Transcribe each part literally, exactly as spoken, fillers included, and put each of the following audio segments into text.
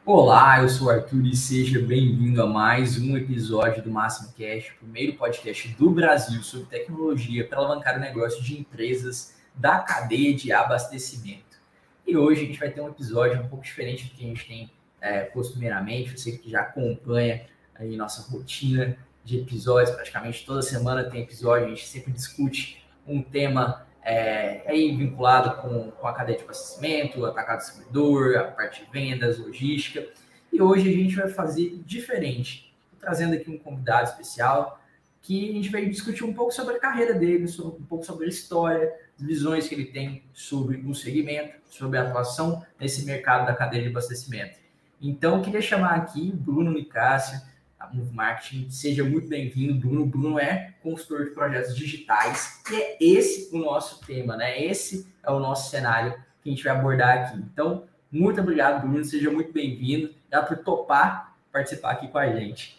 Olá, eu sou o Arthur e seja bem-vindo a mais um episódio do Máximo Cash, o primeiro podcast do Brasil sobre tecnologia para alavancar o negócio de empresas da cadeia de abastecimento. E hoje a gente vai ter um episódio um pouco diferente do que a gente tem é, costumeiramente. Você que já acompanha aí nossa rotina de episódios, praticamente toda semana tem episódio, a gente sempre discute um tema É, aí vinculado com, com a cadeia de abastecimento, atacado distribuidor, a parte de vendas, logística. E hoje a gente vai fazer diferente. Estou trazendo aqui um convidado especial que a gente vai discutir um pouco sobre a carreira dele, sobre, um pouco sobre a história, as visões que ele tem sobre o segmento, sobre a atuação nesse mercado da cadeia de abastecimento. Então, eu queria chamar aqui Bruno Nicásio, a Move Marketing. Seja muito bem-vindo, Bruno. Bruno é consultor de projetos digitais e é esse o nosso tema, né? Esse é o nosso cenário que a gente vai abordar aqui. Então, muito obrigado, Bruno. Seja muito bem-vindo. Dá por topar participar aqui com a gente.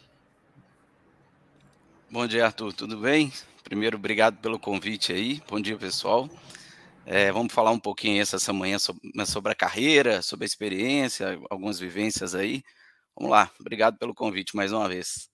Bom dia, Arthur. Tudo bem? Primeiro, obrigado pelo convite aí. Bom dia, pessoal. É, vamos falar um pouquinho essa manhã sobre, sobre a carreira, sobre a experiência, algumas vivências aí. Vamos lá. Obrigado pelo convite mais uma vez.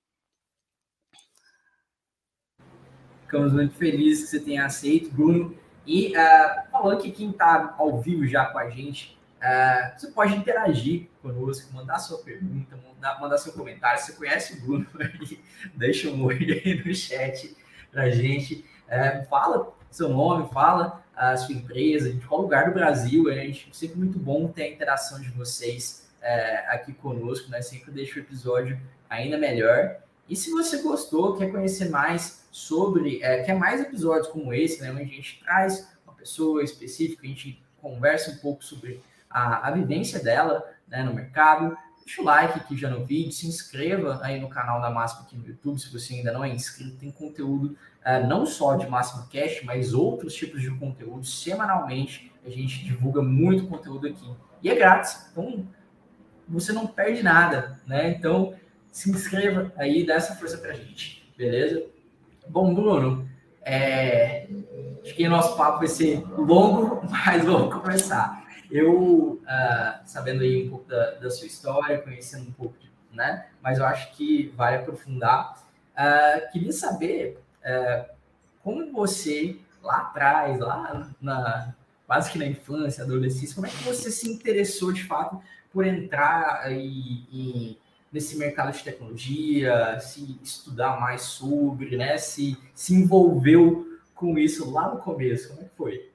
Ficamos muito felizes que você tenha aceito, Bruno. E uh, falando que quem está ao vivo já com a gente, uh, você pode interagir conosco, mandar sua pergunta, mandar, mandar seu comentário. Se você conhece o Bruno, aí, deixa um oi aí no chat para a gente. Uh, fala seu nome, fala a sua empresa, de qual lugar do Brasil. É sempre muito bom ter a interação de vocês uh, aqui conosco, né? Sempre deixa o episódio ainda melhor. E se você gostou, quer conhecer mais sobre, é, quer mais episódios como esse, né, onde a gente traz uma pessoa específica, a gente conversa um pouco sobre a, a vivência dela, né, no mercado, deixa o like aqui já no vídeo, se inscreva aí no canal da Máximo aqui no YouTube, se você ainda não é inscrito, tem conteúdo uh, não só de Máximo Cash, mas outros tipos de conteúdo. Semanalmente a gente divulga muito conteúdo aqui. E é grátis, então você não perde nada, né? Então se inscreva aí e dá essa força pra gente, beleza? Bom, Bruno, é... acho que o nosso papo vai ser longo, mas vamos começar. Eu, uh, sabendo aí um pouco da, da sua história, conhecendo um pouco, de, né? Mas eu acho que vale aprofundar. Uh, queria saber uh, como você, lá atrás, lá na, quase que na infância, adolescência, como é que você se interessou, de fato, por entrar e... e nesse mercado de tecnologia, se estudar mais sobre, né? Se, se envolveu com isso lá no começo. Como é que foi?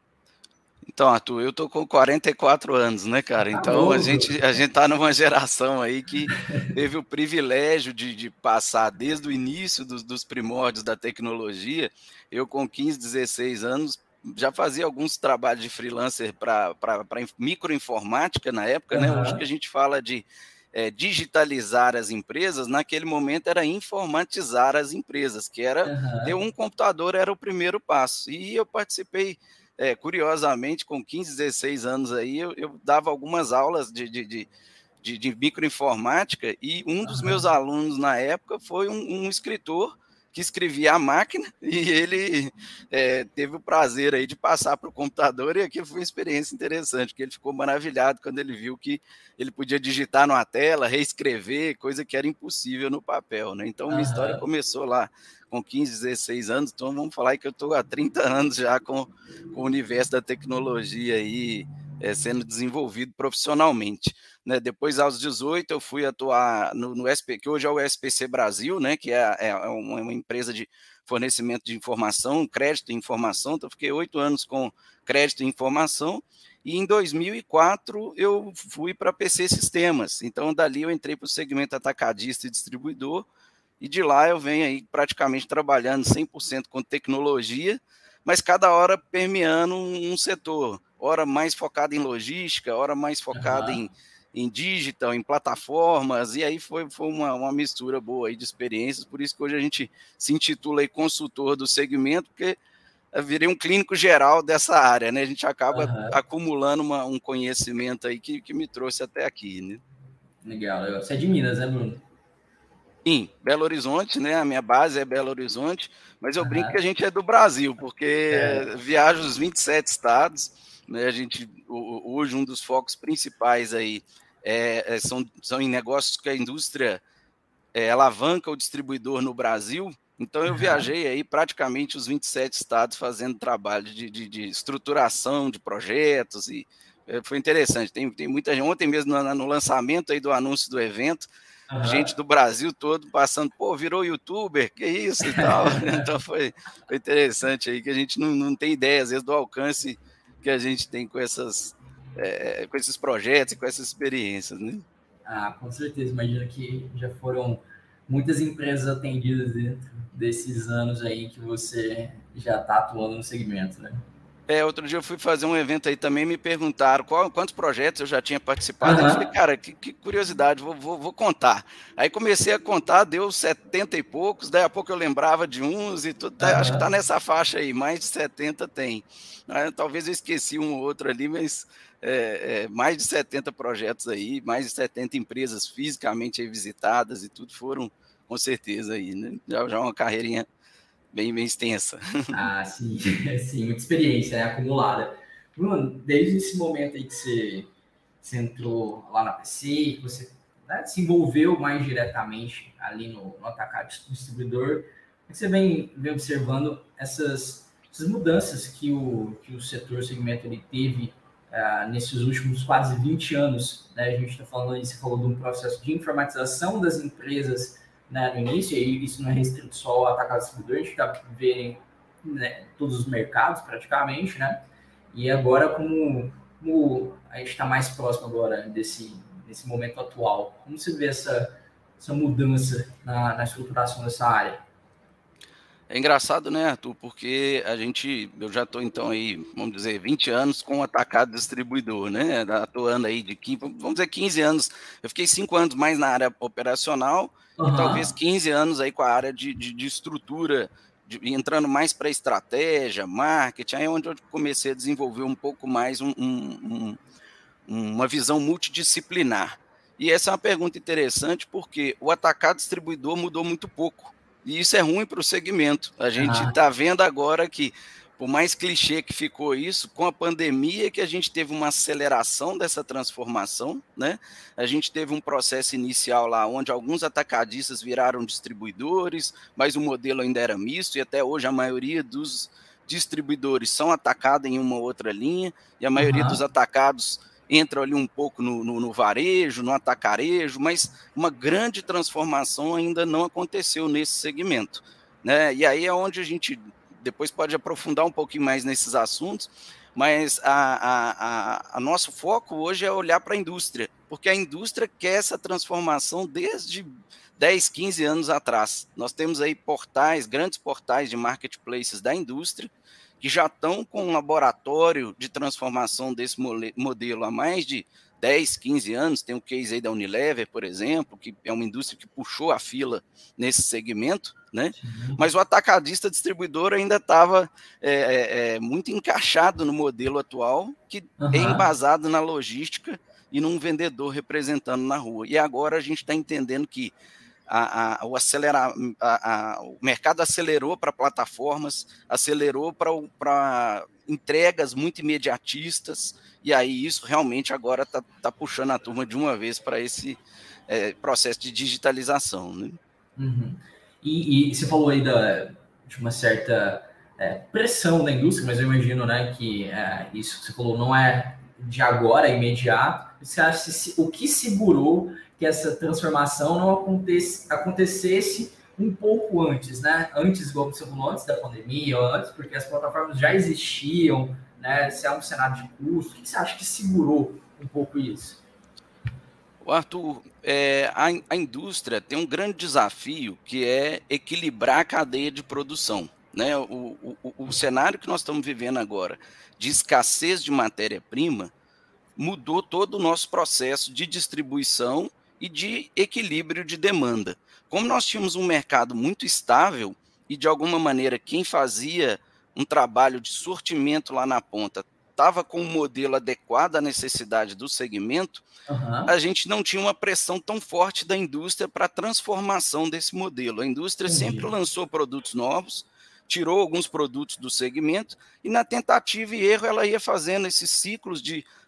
Então, Arthur, eu tô com quarenta e quatro anos, né, cara? Tá Então, a novo. gente, a gente tá numa geração aí que teve o privilégio de, de passar desde o início dos, dos primórdios da tecnologia. Eu, com quinze, dezesseis anos, já fazia alguns trabalhos de freelancer para microinformática na época, né? Hoje que a gente fala de é, digitalizar as empresas, naquele momento era informatizar as empresas, que era Uhum. ter um computador, era o primeiro passo. E eu participei, é, curiosamente, com quinze, dezesseis anos aí, eu, eu dava algumas aulas de, de, de De, de microinformática, e um dos Uhum. meus alunos na época foi um, um escritor que escrevia à máquina, e ele é, teve o prazer aí de passar para o computador, e aquilo foi uma experiência interessante, porque ele ficou maravilhado quando ele viu que ele podia digitar numa tela, reescrever, coisa que era impossível no papel, né? Então, minha Uhum. história começou lá com quinze, dezesseis anos, então vamos falar aí que eu estou há trinta anos já com, com o universo da tecnologia aí, é, sendo desenvolvido profissionalmente. Né, depois, aos dezoito, eu fui atuar no, no S P, que hoje é o S P C Brasil, né, que é, é uma, uma empresa de fornecimento de informação, crédito e informação. Então, fiquei oito anos com crédito e informação, e em dois mil e quatro eu fui para P C Sistemas. Então, dali eu entrei para o segmento atacadista e distribuidor, e de lá eu venho aí praticamente trabalhando cem por cento com tecnologia, mas cada hora permeando um, um setor, hora mais focada em logística, hora mais focada Uhum. em em digital, em plataformas, e aí foi, foi uma, uma mistura boa aí de experiências, por isso que hoje a gente se intitula aí consultor do segmento, porque eu virei um clínico geral dessa área, né? A gente acaba Uhum. acumulando uma, um conhecimento aí que, que me trouxe até aqui, né? Legal, legal. Você é de Minas, né, Bruno? Sim, Belo Horizonte, né? A minha base é Belo Horizonte, mas eu brinco que a Uhum. gente é do Brasil, porque É. viajo os vinte e sete estados, né? A gente, hoje, um dos focos principais aí é, são, são em negócios que a indústria é, alavanca o distribuidor no Brasil. Então eu viajei aí praticamente os vinte e sete estados fazendo trabalho de, de, de estruturação de projetos e é, foi interessante. Tem, tem muita gente, ontem mesmo no, no lançamento aí do anúncio do evento, uhum. gente do Brasil todo passando, pô, virou youtuber, que isso e tal. Então foi, foi interessante aí, que a gente não, não tem ideia às vezes do alcance que a gente tem com, essas, é, com esses projetos e com essas experiências, né? Ah, com certeza, imagino que já foram muitas empresas atendidas dentro desses anos aí que você já está atuando no segmento, né? É, outro dia eu fui fazer um evento aí também, me perguntaram qual, quantos projetos eu já tinha participado. Uhum. Eu falei, cara, que, que curiosidade, vou, vou, vou contar. Aí comecei a contar, deu setenta e poucos, daí a pouco eu lembrava de uns e tudo. Uhum. Acho que está nessa faixa aí, mais de setenta tem. Aí, talvez eu esqueci um ou outro ali, mas é, é, mais de setenta projetos aí, mais de setenta empresas fisicamente aí visitadas e tudo foram, com certeza, aí, né? Já, já uma carreirinha bem, bem extensa. Ah, sim, sim, muita experiência, né, acumulada. Bruno, desde esse momento aí que você, você entrou lá na P C, que você, né, se envolveu mais diretamente ali no, no atacado distribuidor, você vem, vem observando essas, essas mudanças que o, que o setor, o segmento, ele teve uh, nesses últimos quase vinte anos, né? A gente está falando aí, você falou de um processo de informatização das empresas, né, no início, e isso não é restrito só ao atacado distribuidor, a gente está vendo, né, todos os mercados praticamente, né? E agora, como, como a gente está mais próximo agora desse, desse momento atual, como você vê essa, essa mudança na, na estruturação dessa área? É engraçado, né, Arthur, porque a gente, eu já estou então aí, vamos dizer, vinte anos com o atacado distribuidor, né, atuando aí de quinze, vamos dizer quinze anos, eu fiquei cinco anos mais na área operacional, uhum. e talvez quinze anos aí com a área de, de, de estrutura, de, entrando mais para estratégia, marketing, aí é onde eu comecei a desenvolver um pouco mais um, um, um, uma visão multidisciplinar. E essa é uma pergunta interessante porque o atacado distribuidor mudou muito pouco. E isso é ruim para o segmento. A gente está ah. vendo agora que, por mais clichê que ficou isso, com a pandemia que a gente teve uma aceleração dessa transformação, né? A gente teve um processo inicial lá onde alguns atacadistas viraram distribuidores, mas o modelo ainda era misto e até hoje a maioria dos distribuidores são atacados em uma outra linha e a maioria uhum. dos atacados entra ali um pouco no, no, no varejo, no atacarejo, mas uma grande transformação ainda não aconteceu nesse segmento, né? E aí é onde a gente depois pode aprofundar um pouquinho mais nesses assuntos, mas a, a, a, a nosso foco hoje é olhar para a indústria, porque a indústria quer essa transformação desde dez, quinze anos atrás. Nós temos aí portais, grandes portais de marketplaces da indústria, que já estão com um laboratório de transformação desse modelo há mais de dez, quinze anos. Tem o case aí da Unilever, por exemplo, que é uma indústria que puxou a fila nesse segmento, né? Sim. Mas o atacadista distribuidor ainda estava é, é, muito encaixado no modelo atual, que uhum. é embasado na logística e num vendedor representando na rua. E agora a gente está entendendo que A, a, o, acelerar, a, a, o mercado acelerou para plataformas, acelerou para entregas muito imediatistas, e aí isso realmente agora está tá puxando a turma de uma vez para esse é, processo de digitalização, né? Uhum. E, e você falou aí da, de uma certa é, pressão da indústria, mas eu imagino, né, que é, isso que você falou não é de agora, é imediato. Você acha que, o que segurou que essa transformação não acontecesse, acontecesse um pouco antes, né? Antes, igual você falou, antes da pandemia, ou antes, porque as plataformas já existiam, né? Se é um cenário de custo, o que você acha que segurou um pouco isso? Arthur, é, a, a indústria tem um grande desafio que é equilibrar a cadeia de produção, né? O, o, o cenário que nós estamos vivendo agora de escassez de matéria-prima mudou todo o nosso processo de distribuição e de equilíbrio de demanda. Como nós tínhamos um mercado muito estável e, de alguma maneira, quem fazia um trabalho de sortimento lá na ponta estava com um modelo adequado à necessidade do segmento, uhum. a gente não tinha uma pressão tão forte da indústria para a transformação desse modelo. A indústria Entendi. sempre lançou produtos novos, tirou alguns produtos do segmento e, na tentativa e erro, ela ia fazendo esses ciclos de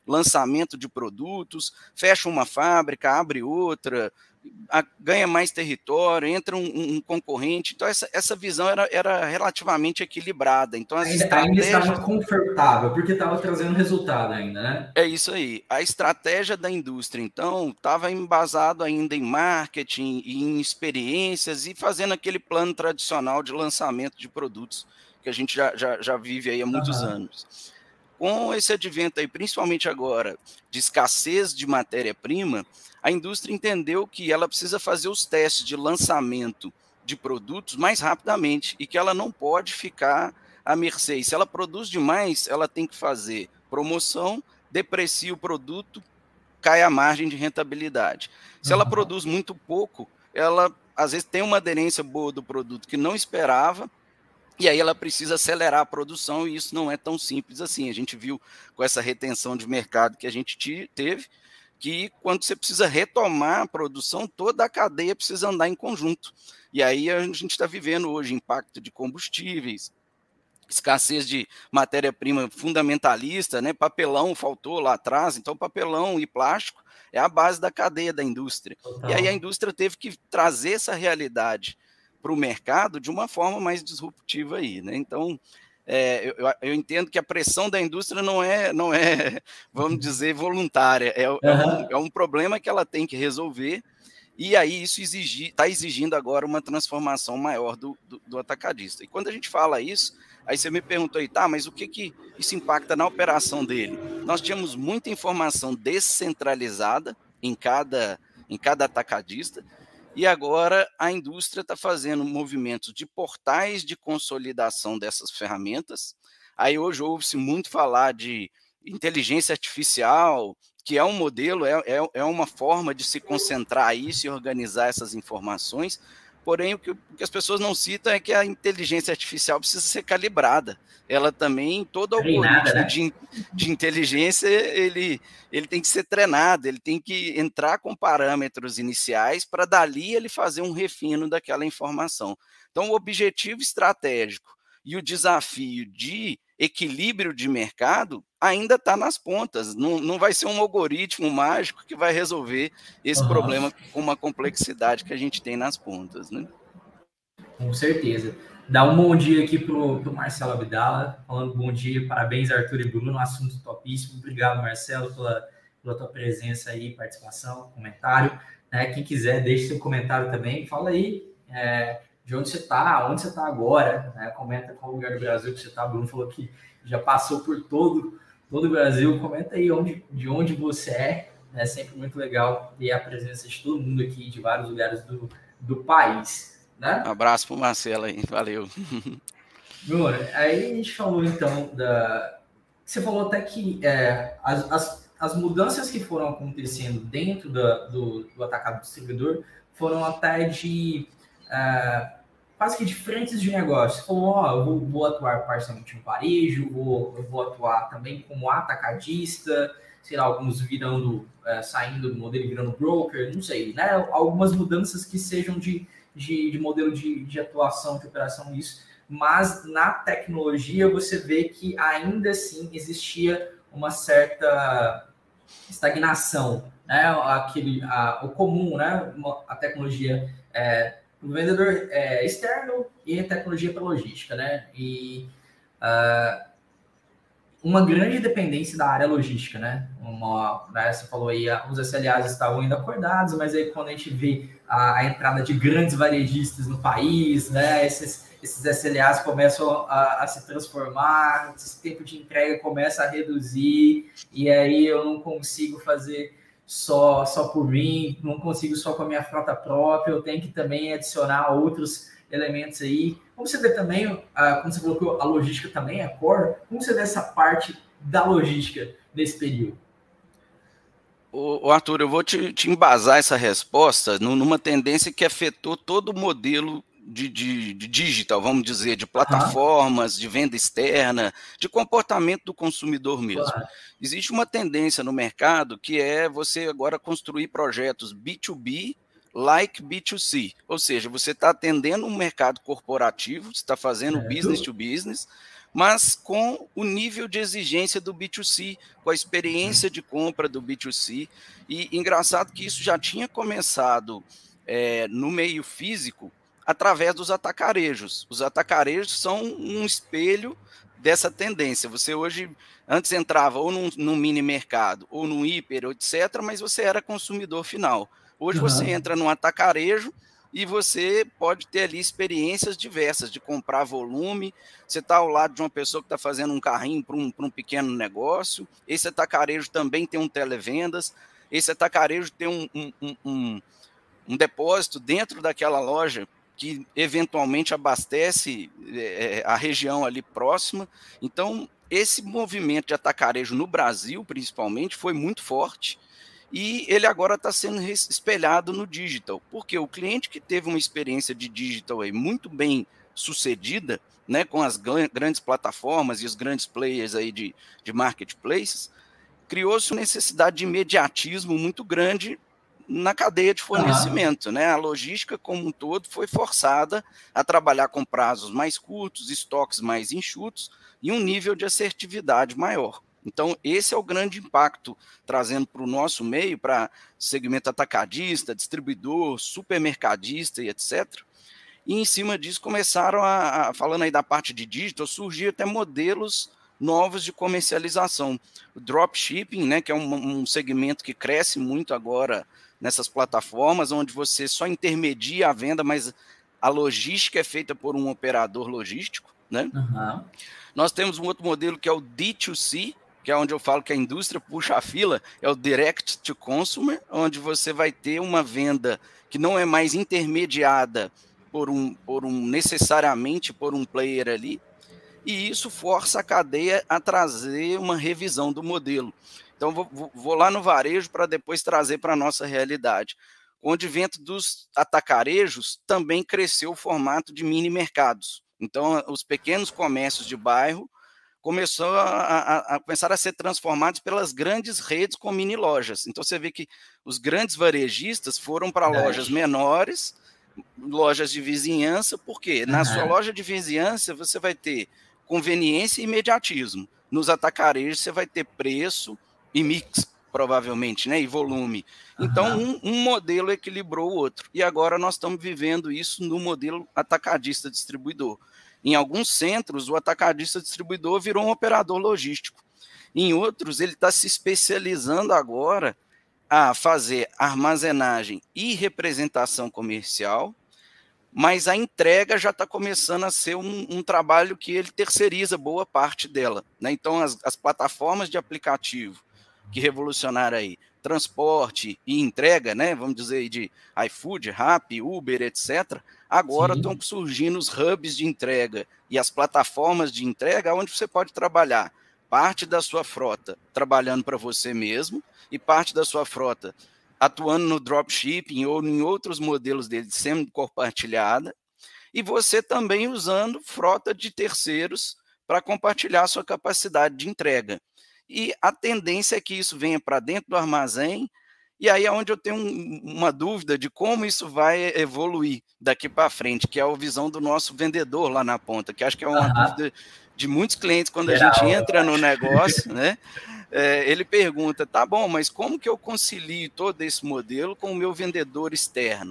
lançamento de produtos, fecha uma fábrica, abre outra, a, ganha mais território, entra um, um concorrente. Então, essa, essa visão era, era relativamente equilibrada. Então, as Ainda, ainda estratégias... estava confortável, porque estava trazendo resultado ainda, né? É isso aí. A estratégia da indústria, então, estava embasado ainda em marketing e em experiências e fazendo aquele plano tradicional de lançamento de produtos que a gente já, já, já vive aí há muitos Aham. anos. Com esse advento aí, principalmente agora, de escassez de matéria-prima, a indústria entendeu que ela precisa fazer os testes de lançamento de produtos mais rapidamente e que ela não pode ficar à mercê. E se ela produz demais, ela tem que fazer promoção, deprecia o produto, cai a margem de rentabilidade. Se ela Aham. produz muito pouco, ela às vezes tem uma aderência boa do produto que não esperava, e aí ela precisa acelerar a produção, e isso não é tão simples assim. A gente viu com essa retenção de mercado que a gente teve, que quando você precisa retomar a produção, toda a cadeia precisa andar em conjunto. E aí a gente está vivendo hoje impacto de combustíveis, escassez de matéria-prima fundamentalista, né? Papelão faltou lá atrás, então papelão e plástico é a base da cadeia da indústria. E aí a Total. indústria teve que trazer essa realidade para o mercado de uma forma mais disruptiva aí, né? Então, é, eu, eu entendo que a pressão da indústria não é, não é, vamos dizer, voluntária, é, é, um, Aham. é um problema que ela tem que resolver. E aí isso está exigindo agora uma transformação maior do, do, do atacadista. E quando a gente fala isso, aí você me perguntou aí, tá, mas o que, que isso impacta na operação dele? Nós tínhamos muita informação descentralizada em cada, em cada atacadista, e agora a indústria está fazendo movimentos de portais de consolidação dessas ferramentas. Aí hoje ouve-se muito falar de inteligência artificial, que é um modelo, é, é, é uma forma de se concentrar isso e organizar essas informações, porém o que, o que as pessoas não citam é que a inteligência artificial precisa ser calibrada. Ela também, todo Treinada, algoritmo né? de, de inteligência, ele, ele tem que ser treinado, ele tem que entrar com parâmetros iniciais para dali ele fazer um refino daquela informação. Então, o objetivo estratégico e o desafio de equilíbrio de mercado ainda está nas pontas. Não, não vai ser um algoritmo mágico que vai resolver esse Aham. problema com uma complexidade que a gente tem nas pontas, né? Com certeza. Dá um bom dia aqui pro, pro Marcelo Abdala, falando bom dia, parabéns Arthur e Bruno, um assunto topíssimo. Obrigado, Marcelo, pela, pela tua presença aí, participação, comentário. Né? Quem quiser, deixe seu comentário também. Fala aí é, de onde você está, onde você está agora. Né? Comenta qual lugar do Brasil que você está. Bruno falou que já passou por todo, todo o Brasil. Comenta aí onde, de onde você é. É sempre muito legal ter a presença de todo mundo aqui, de vários lugares do, do país. Né? Um abraço para o Marcelo aí, valeu. Bruno, aí a gente falou então da. Você falou até que é, as, as, as mudanças que foram acontecendo dentro da, do, do atacado distribuidor foram até de é, quase que de frentes de negócio. Você falou, ó, eu vou, vou atuar parcialmente no varejo, vou, eu vou atuar também como atacadista, sei lá, alguns virando, é, saindo do modelo e virando broker, não sei, né? Algumas mudanças que sejam de, de, de modelo de, de atuação, de operação, isso. Mas na tecnologia você vê que ainda assim existia uma certa estagnação, né? Aquele, a, o comum, né? A tecnologia é, o vendedor é, externo e a tecnologia para logística, né? E uh, uma grande dependência da área logística, né? Uma, né, você falou aí, os S L As estavam ainda acordados, mas aí quando a gente vê a, a entrada de grandes varejistas no país, né? Esses esses S L As começam a, a se transformar, esse tempo de entrega começa a reduzir, e aí eu não consigo fazer só, só por mim, não consigo só com a minha frota própria, eu tenho que também adicionar outros elementos aí. Como você vê também, uh, como você falou que a logística também é core, como você vê essa parte da logística nesse período? Ô, Arthur, eu vou te, te embasar essa resposta numa tendência que afetou todo o modelo De, de, de digital, vamos dizer, de plataformas, uhum. de venda externa, de comportamento do consumidor mesmo. Claro. Existe uma tendência no mercado que é você agora construir projetos B dois B like B dois C, ou seja, você está atendendo um mercado corporativo, você está fazendo é, business to business, mas com o nível de exigência do B dois C, com a experiência de compra do B dois C. E engraçado que isso já tinha começado é, no meio físico através dos atacarejos. Os atacarejos são um espelho dessa tendência. Você hoje, antes entrava ou num, num mini mercado, ou num hiper, etcétera, mas você era consumidor final. Hoje uhum. você entra num atacarejo e você pode ter ali experiências diversas, de comprar volume, você está ao lado de uma pessoa que está fazendo um carrinho para um, para um pequeno negócio, esse atacarejo também tem um televendas, esse atacarejo tem um, um, um, um depósito dentro daquela loja que eventualmente abastece é, a região ali próxima. Então, esse movimento de atacarejo no Brasil, principalmente, foi muito forte, e ele agora está sendo espelhado no digital, porque o cliente que teve uma experiência de digital aí muito bem sucedida, né, com as grandes plataformas e os grandes players aí de, de marketplaces, criou-se uma necessidade de imediatismo muito grande na cadeia de fornecimento, uhum. né? A logística como um todo foi forçada a trabalhar com prazos mais curtos, estoques mais enxutos e um nível de assertividade maior. Então, esse é o grande impacto, trazendo para o nosso meio, para segmento atacadista, distribuidor, supermercadista e etcétera. E em cima disso começaram a, a falando aí da parte de digital, surgir até modelos novos de comercialização. O dropshipping, né, que é um, um segmento que cresce muito agora nessas plataformas, onde você só intermedia a venda, mas a logística é feita por um operador logístico, né? Uhum. Nós temos um outro modelo que é o D dois C, que é onde eu falo que a indústria puxa a fila, é o Direct to Consumer, onde você vai ter uma venda que não é mais intermediada por um, por um necessariamente por um player ali, e isso força a cadeia a trazer uma revisão do modelo. Então, vou, vou lá no varejo para depois trazer para a nossa realidade. Com o advento dos atacarejos, também cresceu o formato de mini mercados. Então, os pequenos comércios de bairro começou a, a, a começar a ser transformados pelas grandes redes com mini lojas. Então, você vê que os grandes varejistas foram para lojas menores, lojas de vizinhança, porque uhum. na sua loja de vizinhança você vai ter conveniência e imediatismo. Nos atacarejos você vai ter preço e mix, provavelmente, né, e volume. Então, uhum. um, um modelo equilibrou o outro. E agora nós estamos vivendo isso no modelo atacadista-distribuidor. Em alguns centros, o atacadista-distribuidor virou um operador logístico. Em outros, ele está se especializando agora a fazer armazenagem e representação comercial, mas a entrega já está começando a ser um, um trabalho que ele terceiriza boa parte dela, né? Então, as, as plataformas de aplicativo que revolucionaram aí transporte e entrega, né? Vamos dizer de iFood, Rappi, Uber, etcétera, agora Sim. estão surgindo os hubs de entrega e as plataformas de entrega onde você pode trabalhar parte da sua frota trabalhando para você mesmo e parte da sua frota atuando no dropshipping ou em outros modelos dele sendo compartilhada, e você também usando frota de terceiros para compartilhar a sua capacidade de entrega. E a tendência é que isso venha para dentro do armazém, e aí é onde eu tenho um, uma dúvida de como isso vai evoluir daqui para frente, que é a visão do nosso vendedor lá na ponta, que acho que é uma uhum. dúvida de muitos clientes quando Geral, a gente entra no negócio, né? É, ele pergunta, tá bom, mas como que eu concilio todo esse modelo com o meu vendedor externo?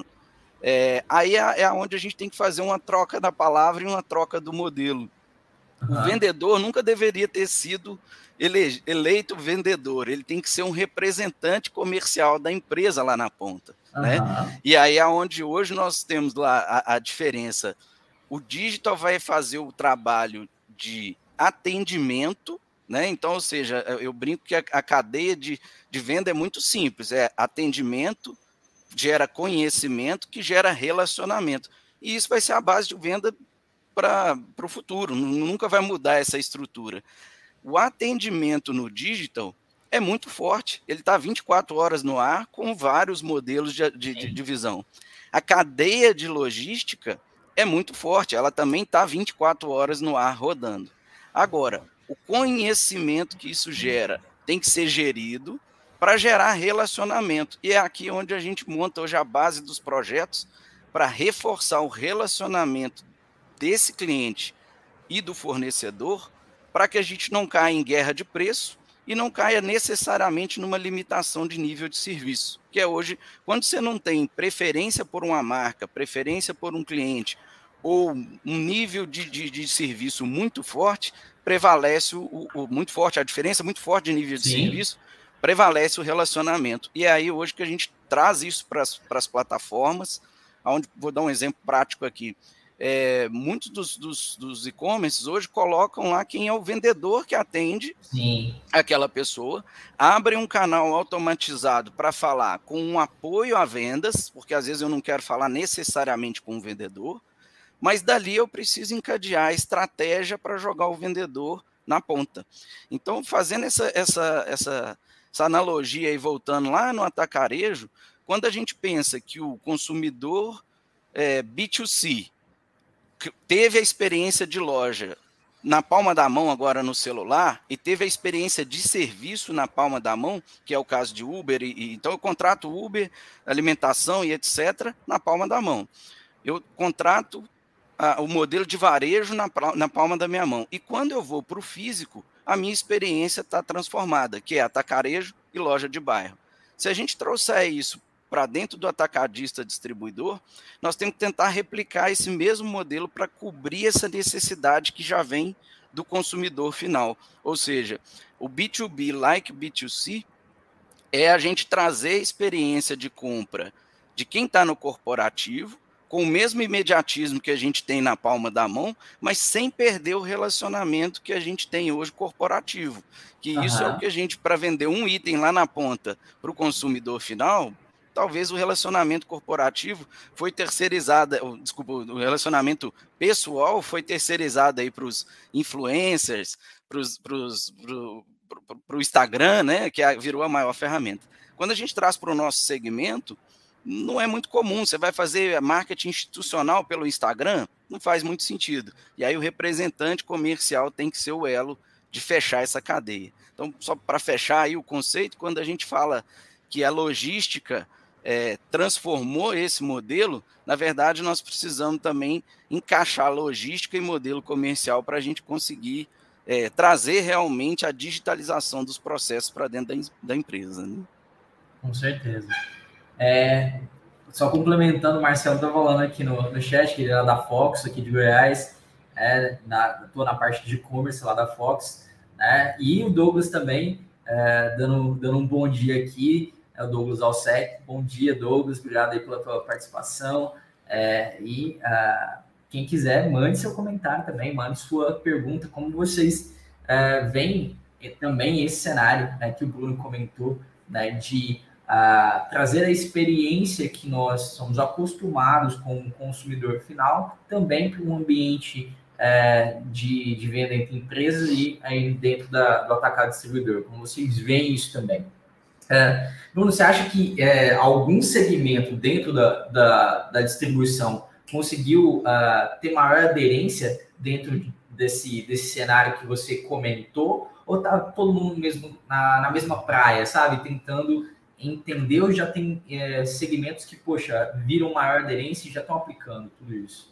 É, aí é, é onde a gente tem que fazer uma troca da palavra e uma troca do modelo. Uhum. O vendedor nunca deveria ter sido ele, eleito vendedor, ele tem que ser um representante comercial da empresa lá na ponta. Uhum. Né? E aí é onde hoje nós temos lá a, a diferença. O digital vai fazer o trabalho de atendimento, né? Então, ou seja, eu brinco que a, a cadeia de, de venda é muito simples, é atendimento, gera conhecimento, que gera relacionamento. E isso vai ser a base de venda para o futuro, nunca vai mudar essa estrutura. O atendimento no digital é muito forte, ele está vinte e quatro horas no ar com vários modelos de, de, de divisão. A cadeia de logística é muito forte, ela também está vinte e quatro horas no ar rodando. Agora, o conhecimento que isso gera tem que ser gerido para gerar relacionamento. E é aqui onde a gente monta hoje a base dos projetos para reforçar o relacionamento desse cliente e do fornecedor, para que a gente não caia em guerra de preço e não caia necessariamente numa limitação de nível de serviço, que é hoje, quando você não tem preferência por uma marca, preferência por um cliente, ou um nível de, de, de serviço muito forte, prevalece o, o muito forte, a diferença muito forte de nível de Sim. serviço, prevalece o relacionamento. E é aí hoje que a gente traz isso para as plataformas, onde, vou dar um exemplo prático aqui, é, muitos dos, dos, dos e-commerces hoje colocam lá quem é o vendedor que atende Sim. aquela pessoa, abrem um canal automatizado para falar com um apoio a vendas, porque às vezes eu não quero falar necessariamente com o vendedor, mas dali eu preciso encadear a estratégia para jogar o vendedor na ponta. Então, fazendo essa, essa, essa, essa analogia e voltando lá no atacarejo, quando a gente pensa que o consumidor é, B dois C teve a experiência de loja na palma da mão agora no celular e teve a experiência de serviço na palma da mão, que é o caso de Uber, e, e então eu contrato Uber, alimentação e etcétera na palma da mão. Eu contrato a, o modelo de varejo na, na palma da minha mão. E quando eu vou para o físico, a minha experiência está transformada, que é atacarejo e loja de bairro. Se a gente trouxer isso para dentro do atacadista distribuidor, nós temos que tentar replicar esse mesmo modelo para cobrir essa necessidade que já vem do consumidor final. Ou seja, o B dois B, like B dois C, é a gente trazer a experiência de compra de quem está no corporativo, com o mesmo imediatismo que a gente tem na palma da mão, mas sem perder o relacionamento que a gente tem hoje corporativo. Que Uhum. isso é o que a gente, para vender um item lá na ponta para o consumidor final, talvez o relacionamento corporativo foi terceirizado, desculpa, o relacionamento pessoal foi terceirizado aí para os influencers, para o Instagram, né, que virou a maior ferramenta. Quando a gente traz para o nosso segmento, não é muito comum. Você vai fazer marketing institucional pelo Instagram? Não faz muito sentido. E aí o representante comercial tem que ser o elo de fechar essa cadeia. Então, só para fechar aí o conceito, quando a gente fala que a logística é, transformou esse modelo, na verdade nós precisamos também encaixar logística e modelo comercial para a gente conseguir é, trazer realmente a digitalização dos processos para dentro da, da empresa, né? Com certeza. É, só complementando, o Marcelo está falando aqui no, no chat, que ele é da Fox, aqui de Goiás, é, estou na parte de e-commerce lá da Fox, né? E o Douglas também, é, dando, dando um bom dia aqui, é o Douglas Alsec. Bom dia, Douglas, obrigado aí pela tua participação. É, e uh, quem quiser, mande seu comentário também, mande sua pergunta, como vocês uh, veem também esse cenário, né, que o Bruno comentou, né, de uh, trazer a experiência que nós somos acostumados com o consumidor final, também para um ambiente uh, de, de venda entre empresas e aí dentro da, do atacado distribuidor. Como vocês veem isso também? É, Bruno, você acha que é, algum segmento dentro da, da, da distribuição conseguiu uh, ter maior aderência dentro desse, desse cenário que você comentou? Ou tá todo mundo mesmo na, na mesma praia, sabe? Tentando entender, ou já tem é, segmentos que, poxa, viram maior aderência e já estão aplicando tudo isso?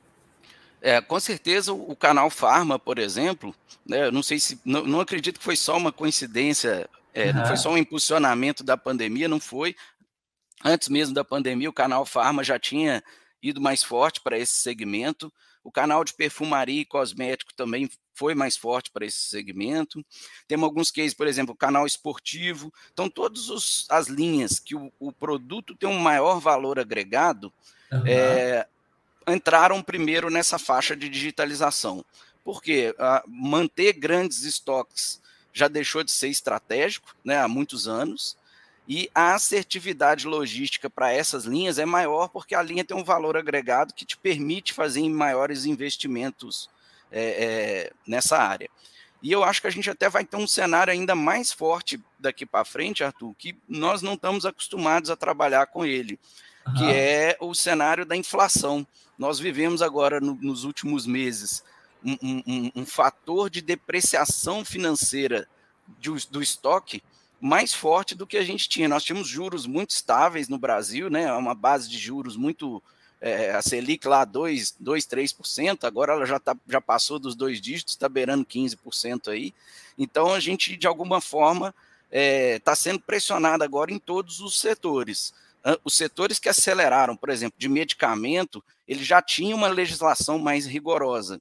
É, com certeza o canal Farma, por exemplo, né, eu não sei se, não, não acredito que foi só uma coincidência. É, Uhum. Não foi só um impulsionamento da pandemia, não foi. Antes mesmo da pandemia, o canal Farma já tinha ido mais forte para esse segmento. O canal de perfumaria e cosmético também foi mais forte para esse segmento. Temos alguns cases, por exemplo, o canal esportivo. Então, todas os, as linhas que o, o produto tem um maior valor agregado, Uhum. é, entraram primeiro nessa faixa de digitalização. Porque ah, manter grandes estoques já deixou de ser estratégico, né, há muitos anos, e a assertividade logística para essas linhas é maior porque a linha tem um valor agregado que te permite fazer maiores investimentos é, é, nessa área. E eu acho que a gente até vai ter um cenário ainda mais forte daqui para frente, Arthur, que nós não estamos acostumados a trabalhar com ele, uhum. que é o cenário da inflação. Nós vivemos agora, no, nos últimos meses, Um, um, um fator de depreciação financeira do, do estoque mais forte do que a gente tinha. Nós tínhamos juros muito estáveis no Brasil, né, uma base de juros muito é, a Selic lá dois, dois, três por cento, agora ela já, tá, já passou dos dois dígitos, está beirando quinze por cento aí. Então, a gente, de alguma forma, está é, sendo pressionado agora em todos os setores. Os setores que aceleraram, por exemplo, de medicamento, ele já tinha uma legislação mais rigorosa.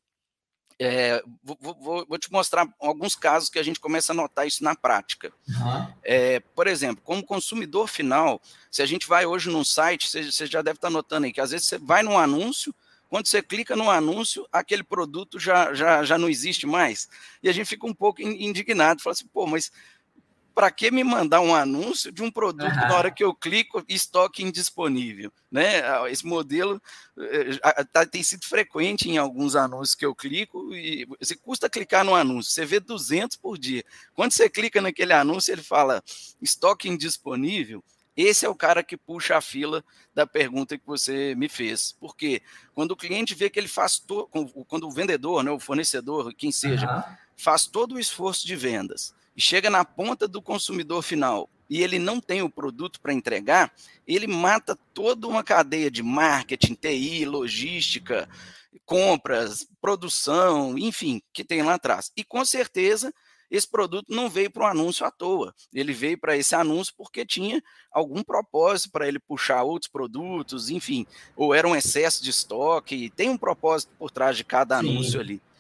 É, vou, vou, vou te mostrar alguns casos que a gente começa a notar isso na prática. Uhum. É, por exemplo, como consumidor final, se a gente vai hoje num site, você, você já deve estar notando aí, que às vezes você vai num anúncio, quando você clica no anúncio, aquele produto já, já, já não existe mais. E a gente fica um pouco indignado, fala assim, pô, mas para que me mandar um anúncio de um produto Uhum. que na hora que eu clico, estoque indisponível? Né? Esse modelo eh, tá, tem sido frequente em alguns anúncios que eu clico, e você custa clicar no anúncio, você vê duzentos por dia. Quando você clica naquele anúncio, ele fala estoque indisponível. Esse é o cara que puxa a fila da pergunta que você me fez. Porque quando o cliente vê que ele faz, to... quando o vendedor, né, o fornecedor, quem seja, Uhum. faz todo o esforço de vendas, e chega na ponta do consumidor final e ele não tem o produto para entregar, ele mata toda uma cadeia de marketing, T I, logística, compras, produção, enfim, que tem lá atrás. E com certeza esse produto não veio para um anúncio à toa, ele veio para esse anúncio porque tinha algum propósito para ele puxar outros produtos, enfim, ou era um excesso de estoque, tem um propósito por trás de cada anúncio Sim. ali.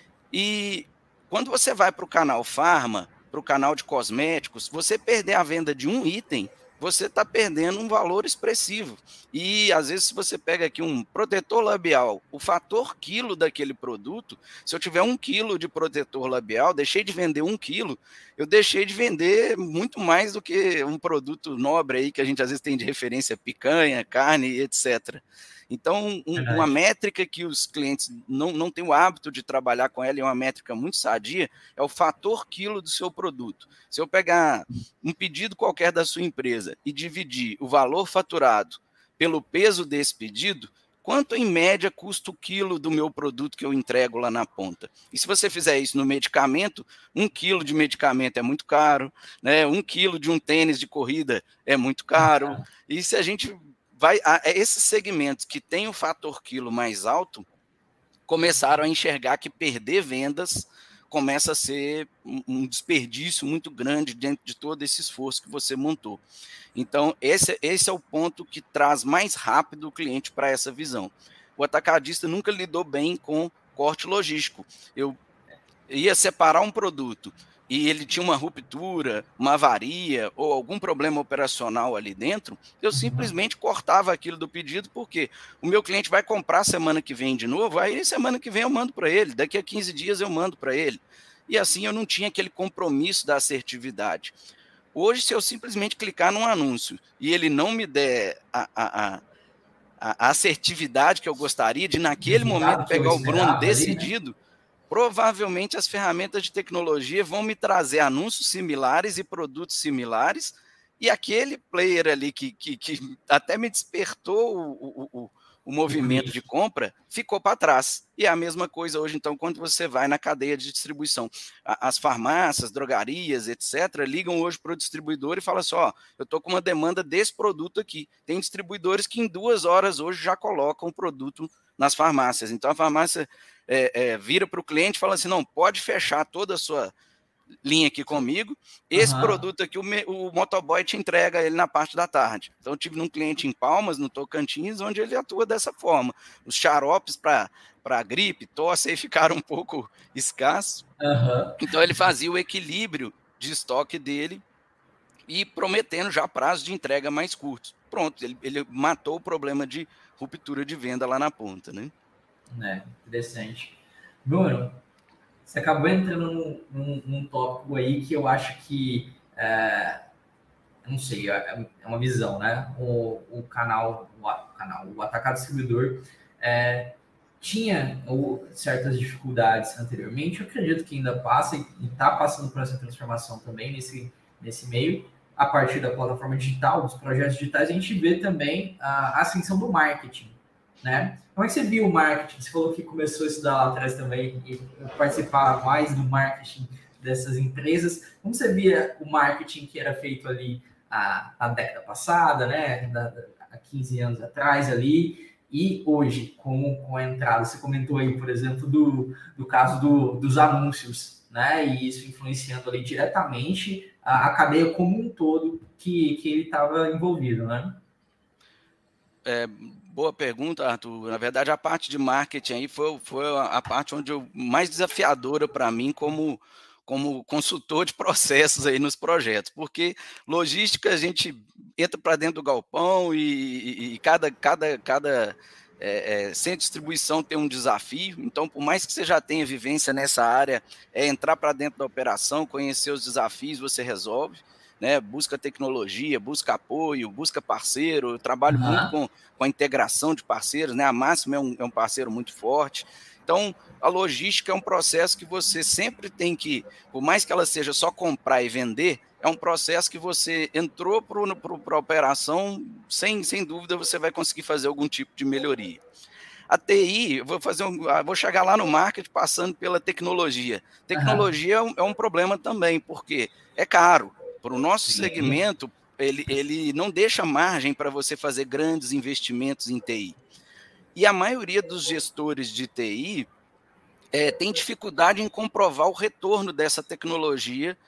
E quando você vai para o canal Farma, para o canal de cosméticos, você perder a venda de um item, você está perdendo um valor expressivo. E, às vezes, se você pega aqui um protetor labial, o fator quilo daquele produto, se eu tiver um quilo de protetor labial, deixei de vender um quilo, eu deixei de vender muito mais do que um produto nobre aí, que a gente, às vezes, tem de referência picanha, carne, etcétera. Então, um, uma métrica que os clientes não, não têm o hábito de trabalhar com ela, e é uma métrica muito sadia, é o fator quilo do seu produto. Se eu pegar um pedido qualquer da sua empresa e dividir o valor faturado pelo peso desse pedido, quanto em média custa o quilo do meu produto que eu entrego lá na ponta? E se você fizer isso no medicamento, um quilo de medicamento é muito caro, né? Um quilo de um tênis de corrida é muito caro. E se a gente vai, a, esses segmentos que têm o fator quilo mais alto começaram a enxergar que perder vendas começa a ser um, um desperdício muito grande dentro de todo esse esforço que você montou. Então, esse, esse é o ponto que traz mais rápido o cliente para essa visão. O atacadista nunca lidou bem com corte logístico. Eu ia separar um produto e ele tinha uma ruptura, uma avaria ou algum problema operacional ali dentro, eu simplesmente cortava aquilo do pedido, porque o meu cliente vai comprar semana que vem de novo, aí semana que vem eu mando para ele, daqui a quinze dias eu mando para ele. E assim eu não tinha aquele compromisso da assertividade. Hoje, se eu simplesmente clicar num anúncio e ele não me der a, a, a, a assertividade que eu gostaria de, naquele momento, pegar o Bruno decidido, ali, né? Provavelmente as ferramentas de tecnologia vão me trazer anúncios similares e produtos similares, e aquele player ali que, que, que até me despertou o, o, o, o movimento de compra, ficou para trás. E é a mesma coisa hoje, então, quando você vai na cadeia de distribuição. As farmácias, drogarias, etcétera, ligam hoje para o distribuidor e falam assim, ó, eu estou com uma demanda desse produto aqui. Tem distribuidores que em duas horas hoje já colocam o produto nas farmácias. Então, a farmácia é, é, vira para o cliente e fala assim, não, pode fechar toda a sua linha aqui comigo, esse uhum. produto aqui, o, me, o motoboy te entrega ele na parte da tarde. Então, eu tive um cliente em Palmas, no Tocantins, onde ele atua dessa forma. Os xaropes para gripe, tosse, aí ficaram um pouco escassos. Uhum. Então, ele fazia o equilíbrio de estoque dele e prometendo já prazo de entrega mais curtos. Pronto, ele, ele matou o problema de ruptura de venda lá na ponta, né? É, interessante. Bruno, você acabou entrando num, num, num tópico aí que eu acho que, é, não sei, é, é uma visão, né? O, o canal, o, canal, o Atacado Distribuidor é, tinha ou, certas dificuldades anteriormente, eu acredito que ainda passa e está passando por essa transformação também nesse, nesse meio. A partir da plataforma digital, dos projetos digitais, a gente vê também a ascensão do marketing, né? Como é que você viu o marketing? Você falou que começou a estudar lá atrás também e participar mais do marketing dessas empresas. Como você via o marketing que era feito ali a, a década passada, né? Da, da, há quinze anos atrás ali? E hoje, com, com a entrada, você comentou aí, por exemplo, do, do caso do, dos anúncios, né? E isso influenciando ali diretamente a, a cadeia como um todo que, que ele estava envolvido, né? É, boa pergunta, Arthur. Na verdade, a parte de marketing aí foi, foi a parte onde eu, mais desafiadora para mim como, como consultor de processos aí nos projetos, porque logística a gente entra para dentro do galpão e, e, e cada, cada, cada é, é, centro de distribuição tem um desafio. Então, por mais que você já tenha vivência nessa área, é entrar para dentro da operação, conhecer os desafios, você resolve. Né, busca tecnologia, busca apoio, busca parceiro. Eu trabalho Uhum. muito com, com a integração de parceiros, né? A Máxima é um, é um parceiro muito forte. Então, a logística é um processo que você sempre tem que, por mais que ela seja só comprar e vender, é um processo que você entrou para a operação, sem, sem dúvida você vai conseguir fazer algum tipo de melhoria. A T I, eu vou fazer um, vou chegar lá no marketing passando pela tecnologia. Tecnologia uhum. é, um, é um problema também, porque é caro. Para o nosso Sim. segmento, ele, ele não deixa margem para você fazer grandes investimentos em T I. E a maioria dos gestores de T I é, tem dificuldade em comprovar o retorno dessa tecnologia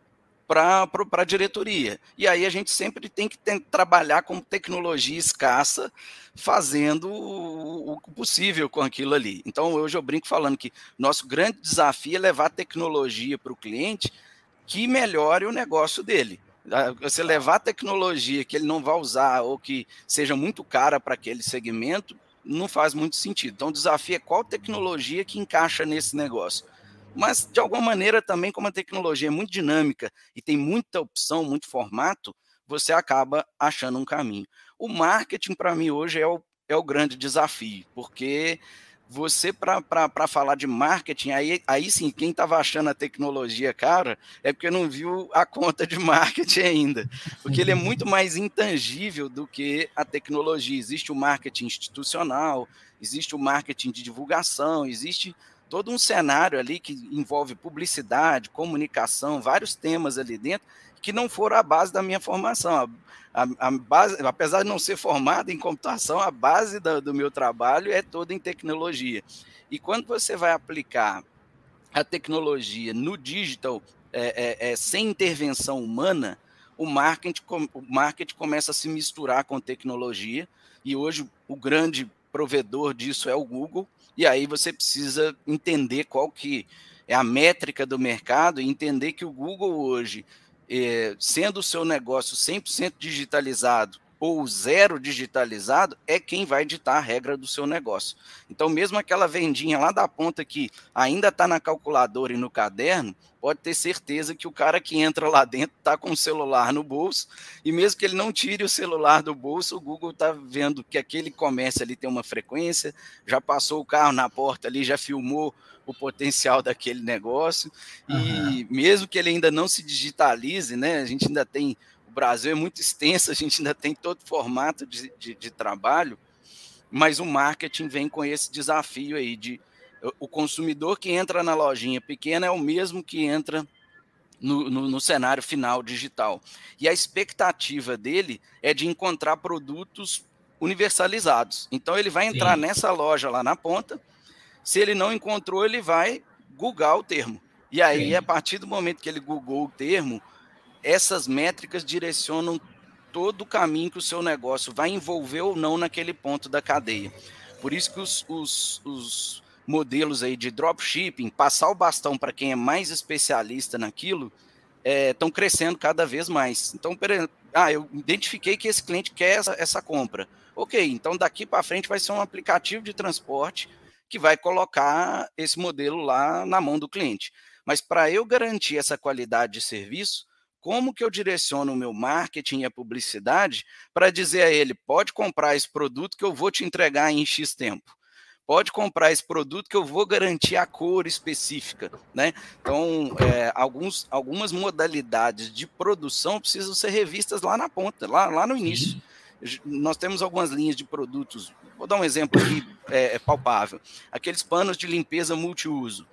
para a diretoria. E aí a gente sempre tem que ter, trabalhar com tecnologia escassa, fazendo o, o possível com aquilo ali. Então, hoje eu brinco falando que nosso grande desafio é levar tecnologia para o cliente que melhore o negócio dele. Você levar tecnologia que ele não vai usar ou que seja muito cara para aquele segmento, não faz muito sentido. Então, o desafio é qual tecnologia que encaixa nesse negócio. Mas, de alguma maneira, também, como a tecnologia é muito dinâmica e tem muita opção, muito formato, você acaba achando um caminho. O marketing, para mim, hoje é o, é o grande desafio, porque você, para falar de marketing, aí, aí sim, quem estava achando a tecnologia cara é porque não viu a conta de marketing ainda, porque ele é muito mais intangível do que a tecnologia. Existe o marketing institucional, existe o marketing de divulgação, existe todo um cenário ali que envolve publicidade, comunicação, vários temas ali dentro, que não foram a base da minha formação. A, a, a base, apesar de não ser formado em computação, a base da, do meu trabalho é toda em tecnologia. E quando você vai aplicar a tecnologia no digital, é, é, é, sem intervenção humana, o marketing, o marketing começa a se misturar com tecnologia, e hoje o grande provedor disso é o Google, e aí você precisa entender qual que é a métrica do mercado e entender que o Google hoje, é, sendo o seu negócio cem por cento digitalizado ou zero digitalizado, é quem vai ditar a regra do seu negócio. Então, mesmo aquela vendinha lá da ponta que ainda está na calculadora e no caderno, pode ter certeza que o cara que entra lá dentro está com o celular no bolso, e mesmo que ele não tire o celular do bolso, o Google está vendo que aquele comércio ali tem uma frequência, já passou o carro na porta ali, já filmou o potencial daquele negócio, uhum. E mesmo que ele ainda não se digitalize, né, a gente ainda tem, o Brasil é muito extenso, a gente ainda tem todo formato de, de, de trabalho, mas o marketing vem com esse desafio aí de o consumidor que entra na lojinha pequena é o mesmo que entra no, no, no cenário final digital. E a expectativa dele é de encontrar produtos universalizados. Então, ele vai entrar Sim. nessa loja lá na ponta, se ele não encontrou, ele vai googar o termo. E aí, Sim. a partir do momento que ele googou o termo, essas métricas direcionam todo o caminho que o seu negócio vai envolver ou não naquele ponto da cadeia. Por isso que os, os, os modelos aí de dropshipping, passar o bastão para quem é mais especialista naquilo, estão é, crescendo cada vez mais. Então, pera, ah, eu identifiquei que esse cliente quer essa, essa compra. Ok, então daqui para frente vai ser um aplicativo de transporte que vai colocar esse modelo lá na mão do cliente. Mas para eu garantir essa qualidade de serviço, como que eu direciono o meu marketing e a publicidade para dizer a ele, pode comprar esse produto que eu vou te entregar em X tempo. Pode comprar esse produto que eu vou garantir a cor específica, né? Então, é, alguns, algumas modalidades de produção precisam ser revistas lá na ponta, lá, lá no início. Sim. Nós temos algumas linhas de produtos, vou dar um exemplo aqui é, é palpável, aqueles panos de limpeza multiuso.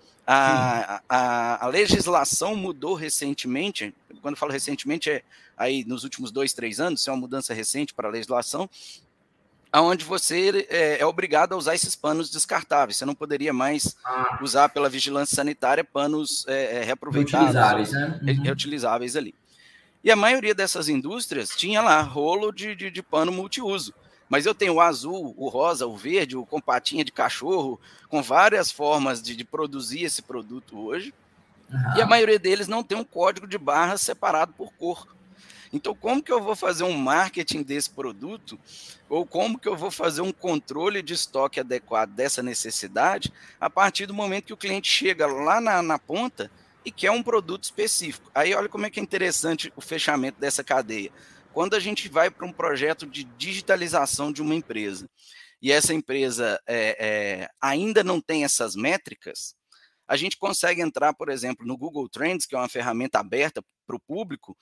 A, a, a legislação mudou recentemente, quando eu falo recentemente é aí nos últimos dois, três anos, isso é uma mudança recente para a legislação, onde você é, é obrigado a usar esses panos descartáveis. Você não poderia mais Ah, usar pela vigilância sanitária panos é, reaproveitados reutilizáveis, ou né? re- Uhum. reutilizáveis ali. E a maioria dessas indústrias tinha lá rolo de, de, de pano multiuso. Mas eu tenho o azul, o rosa, o verde, o com patinha de cachorro, com várias formas de, de produzir esse produto hoje. E a Aham. maioria deles não tem um código de barras separado por cor. Então, como que eu vou fazer um marketing desse produto? Ou como que eu vou fazer um controle de estoque adequado dessa necessidade a partir do momento que o cliente chega lá na, na ponta e quer um produto específico? Aí olha como é que é interessante o fechamento dessa cadeia. Quando a gente vai para um projeto de digitalização de uma empresa e essa empresa é, é, ainda não tem essas métricas, a gente consegue entrar, por exemplo, no Google Trends, que é uma ferramenta aberta para o público,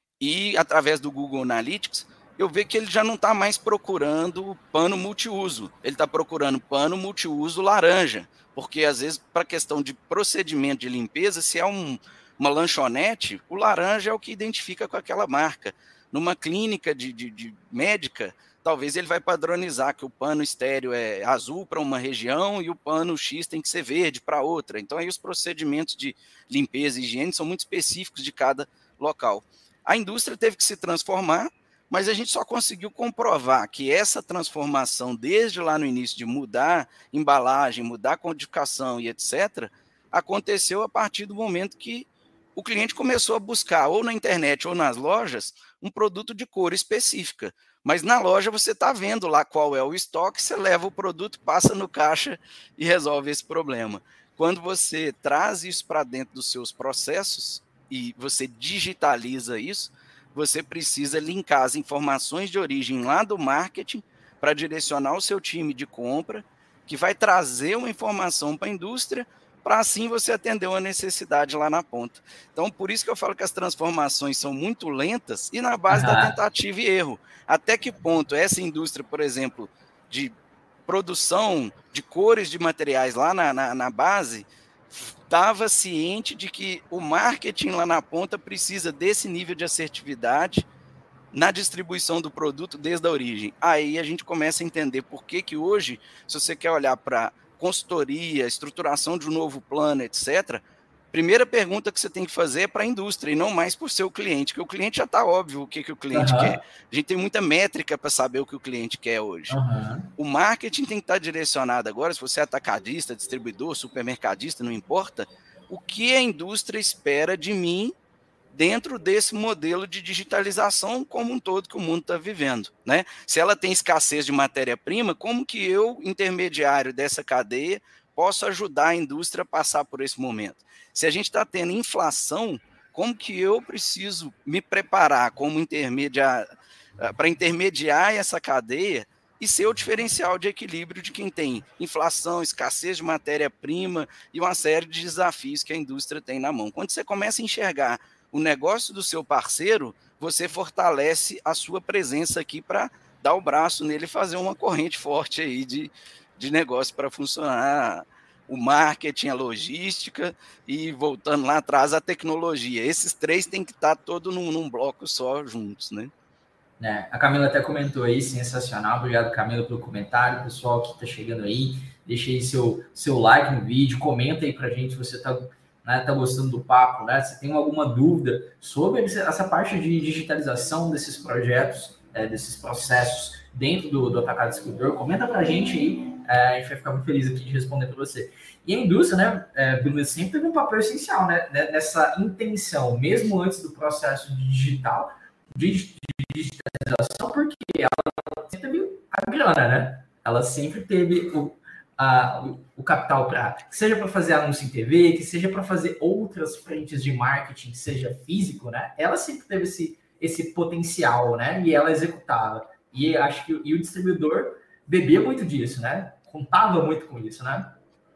e através do Google Analytics, eu vejo que ele já não está mais procurando pano multiuso, ele está procurando pano multiuso laranja, porque às vezes, para questão de procedimento de limpeza, se é um, uma lanchonete, o laranja é o que identifica com aquela marca. Numa clínica de, de, de médica, talvez ele vai padronizar que o pano estéreo é azul para uma região e o pano X tem que ser verde para outra. Então, aí os procedimentos de limpeza e higiene são muito específicos de cada local. A indústria teve que se transformar, mas a gente só conseguiu comprovar que essa transformação, desde lá no início, de mudar embalagem, mudar codificação e etcétera, aconteceu a partir do momento que o cliente começou a buscar, ou na internet ou nas lojas, um produto de cor específica. Mas na loja você está vendo lá qual é o estoque, você leva o produto, passa no caixa e resolve esse problema. Quando você traz isso para dentro dos seus processos, e você digitaliza isso, você precisa linkar as informações de origem lá do marketing para direcionar o seu time de compra, que vai trazer uma informação para a indústria, para assim você atender uma necessidade lá na ponta. Então, por isso que eu falo que as transformações são muito lentas e na base da Aham. tentativa e erro. Até que ponto essa indústria, por exemplo, de produção de cores de materiais lá na, na, na base, estava ciente de que o marketing lá na ponta precisa desse nível de assertividade na distribuição do produto desde a origem. Aí a gente começa a entender por que que hoje, se você quer olhar para consultoria, estruturação de um novo plano, etcétera, primeira pergunta que você tem que fazer é para a indústria e não mais para o seu cliente, porque o cliente já está óbvio o que, que o cliente quer. Aham. A gente tem muita métrica para saber o que o cliente quer hoje. Aham. O marketing tem que estar direcionado agora, se você é atacadista, distribuidor, supermercadista, não importa, o que a indústria espera de mim dentro desse modelo de digitalização como um todo que o mundo está vivendo, né? Se ela tem escassez de matéria-prima, como que eu, intermediário dessa cadeia, posso ajudar a indústria a passar por esse momento? Se a gente está tendo inflação, como que eu preciso me preparar como intermediário para intermediar essa cadeia e ser o diferencial de equilíbrio de quem tem inflação, escassez de matéria-prima e uma série de desafios que a indústria tem na mão. Quando você começa a enxergar o negócio do seu parceiro, você fortalece a sua presença aqui para dar o braço nele e fazer uma corrente forte aí de, de negócio para funcionar. O marketing, a logística e, voltando lá atrás, a tecnologia. Esses três têm que estar todos num, num bloco só juntos, né? É, a Camila até comentou aí, sensacional. Obrigado, Camila, pelo comentário. Pessoal que está chegando aí, deixa aí seu, seu like no vídeo, comenta aí pra gente se você está, né, tá gostando do papo, né? Se tem alguma dúvida sobre essa parte de digitalização desses projetos, é, desses processos dentro do, do Atacado Distribuidor, comenta pra gente aí, é, a gente vai ficar muito feliz aqui de responder para você. E a indústria, né, é, Bruno, sempre teve um papel essencial, né, nessa intenção, mesmo antes do processo de digital, de digitalização, porque ela sempre teve a grana, né? Ela sempre teve o, a, o, o capital para, que seja para fazer anúncio em T V, que seja para fazer outras frentes de marketing, que seja físico, né? Ela sempre teve esse, esse potencial, né? E ela executava. E acho que e o distribuidor bebia muito disso, né? Contava muito com isso, né?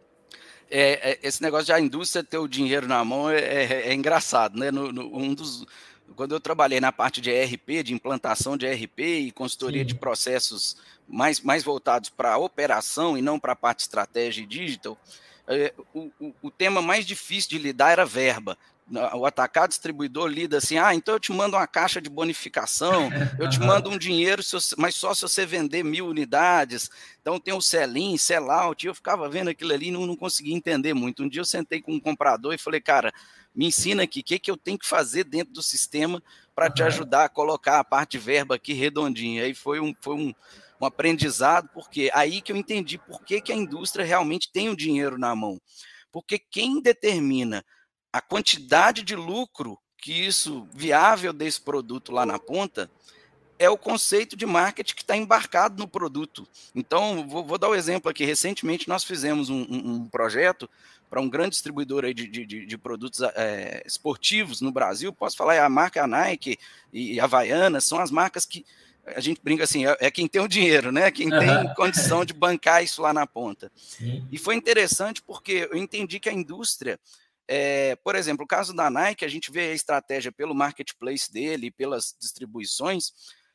É, é, esse negócio de a indústria ter o dinheiro na mão é, é, é engraçado, né? No, no, um dos, quando eu trabalhei na parte de E R P, de implantação de E R P e consultoria Sim. de processos mais, mais voltados para a operação e não para a parte estratégia e digital, é, o, o, o tema mais difícil de lidar era verba. o atacado distribuidor lida assim, ah, então eu te mando uma caixa de bonificação, eu te mando um dinheiro, mas só se você vender mil unidades, então tem o sell-in, sell-out, eu ficava vendo aquilo ali e não, não conseguia entender muito. Um dia eu sentei com um comprador e falei, cara, me ensina aqui, o que, que eu tenho que fazer dentro do sistema para uhum. te ajudar a colocar a parte de verba aqui redondinha. Aí foi um, foi um, um aprendizado, porque aí que eu entendi por que, que a indústria realmente tem o dinheiro na mão. Porque quem determina a quantidade de lucro que isso, viável desse produto lá na ponta, é o conceito de marketing que está embarcado no produto. Então, vou, vou dar o um exemplo aqui. Recentemente, nós fizemos um, um, um projeto para um grande distribuidor aí de, de, de produtos é, esportivos no Brasil. Posso falar, é a marca Nike e a Havaianas, são as marcas que a gente brinca assim, é, é quem tem o dinheiro, né? Quem uhum. tem condição de bancar isso lá na ponta. Sim. E foi interessante porque eu entendi que a indústria, é, por exemplo, o caso da Nike, a gente vê a estratégia pelo marketplace dele, pelas distribuições,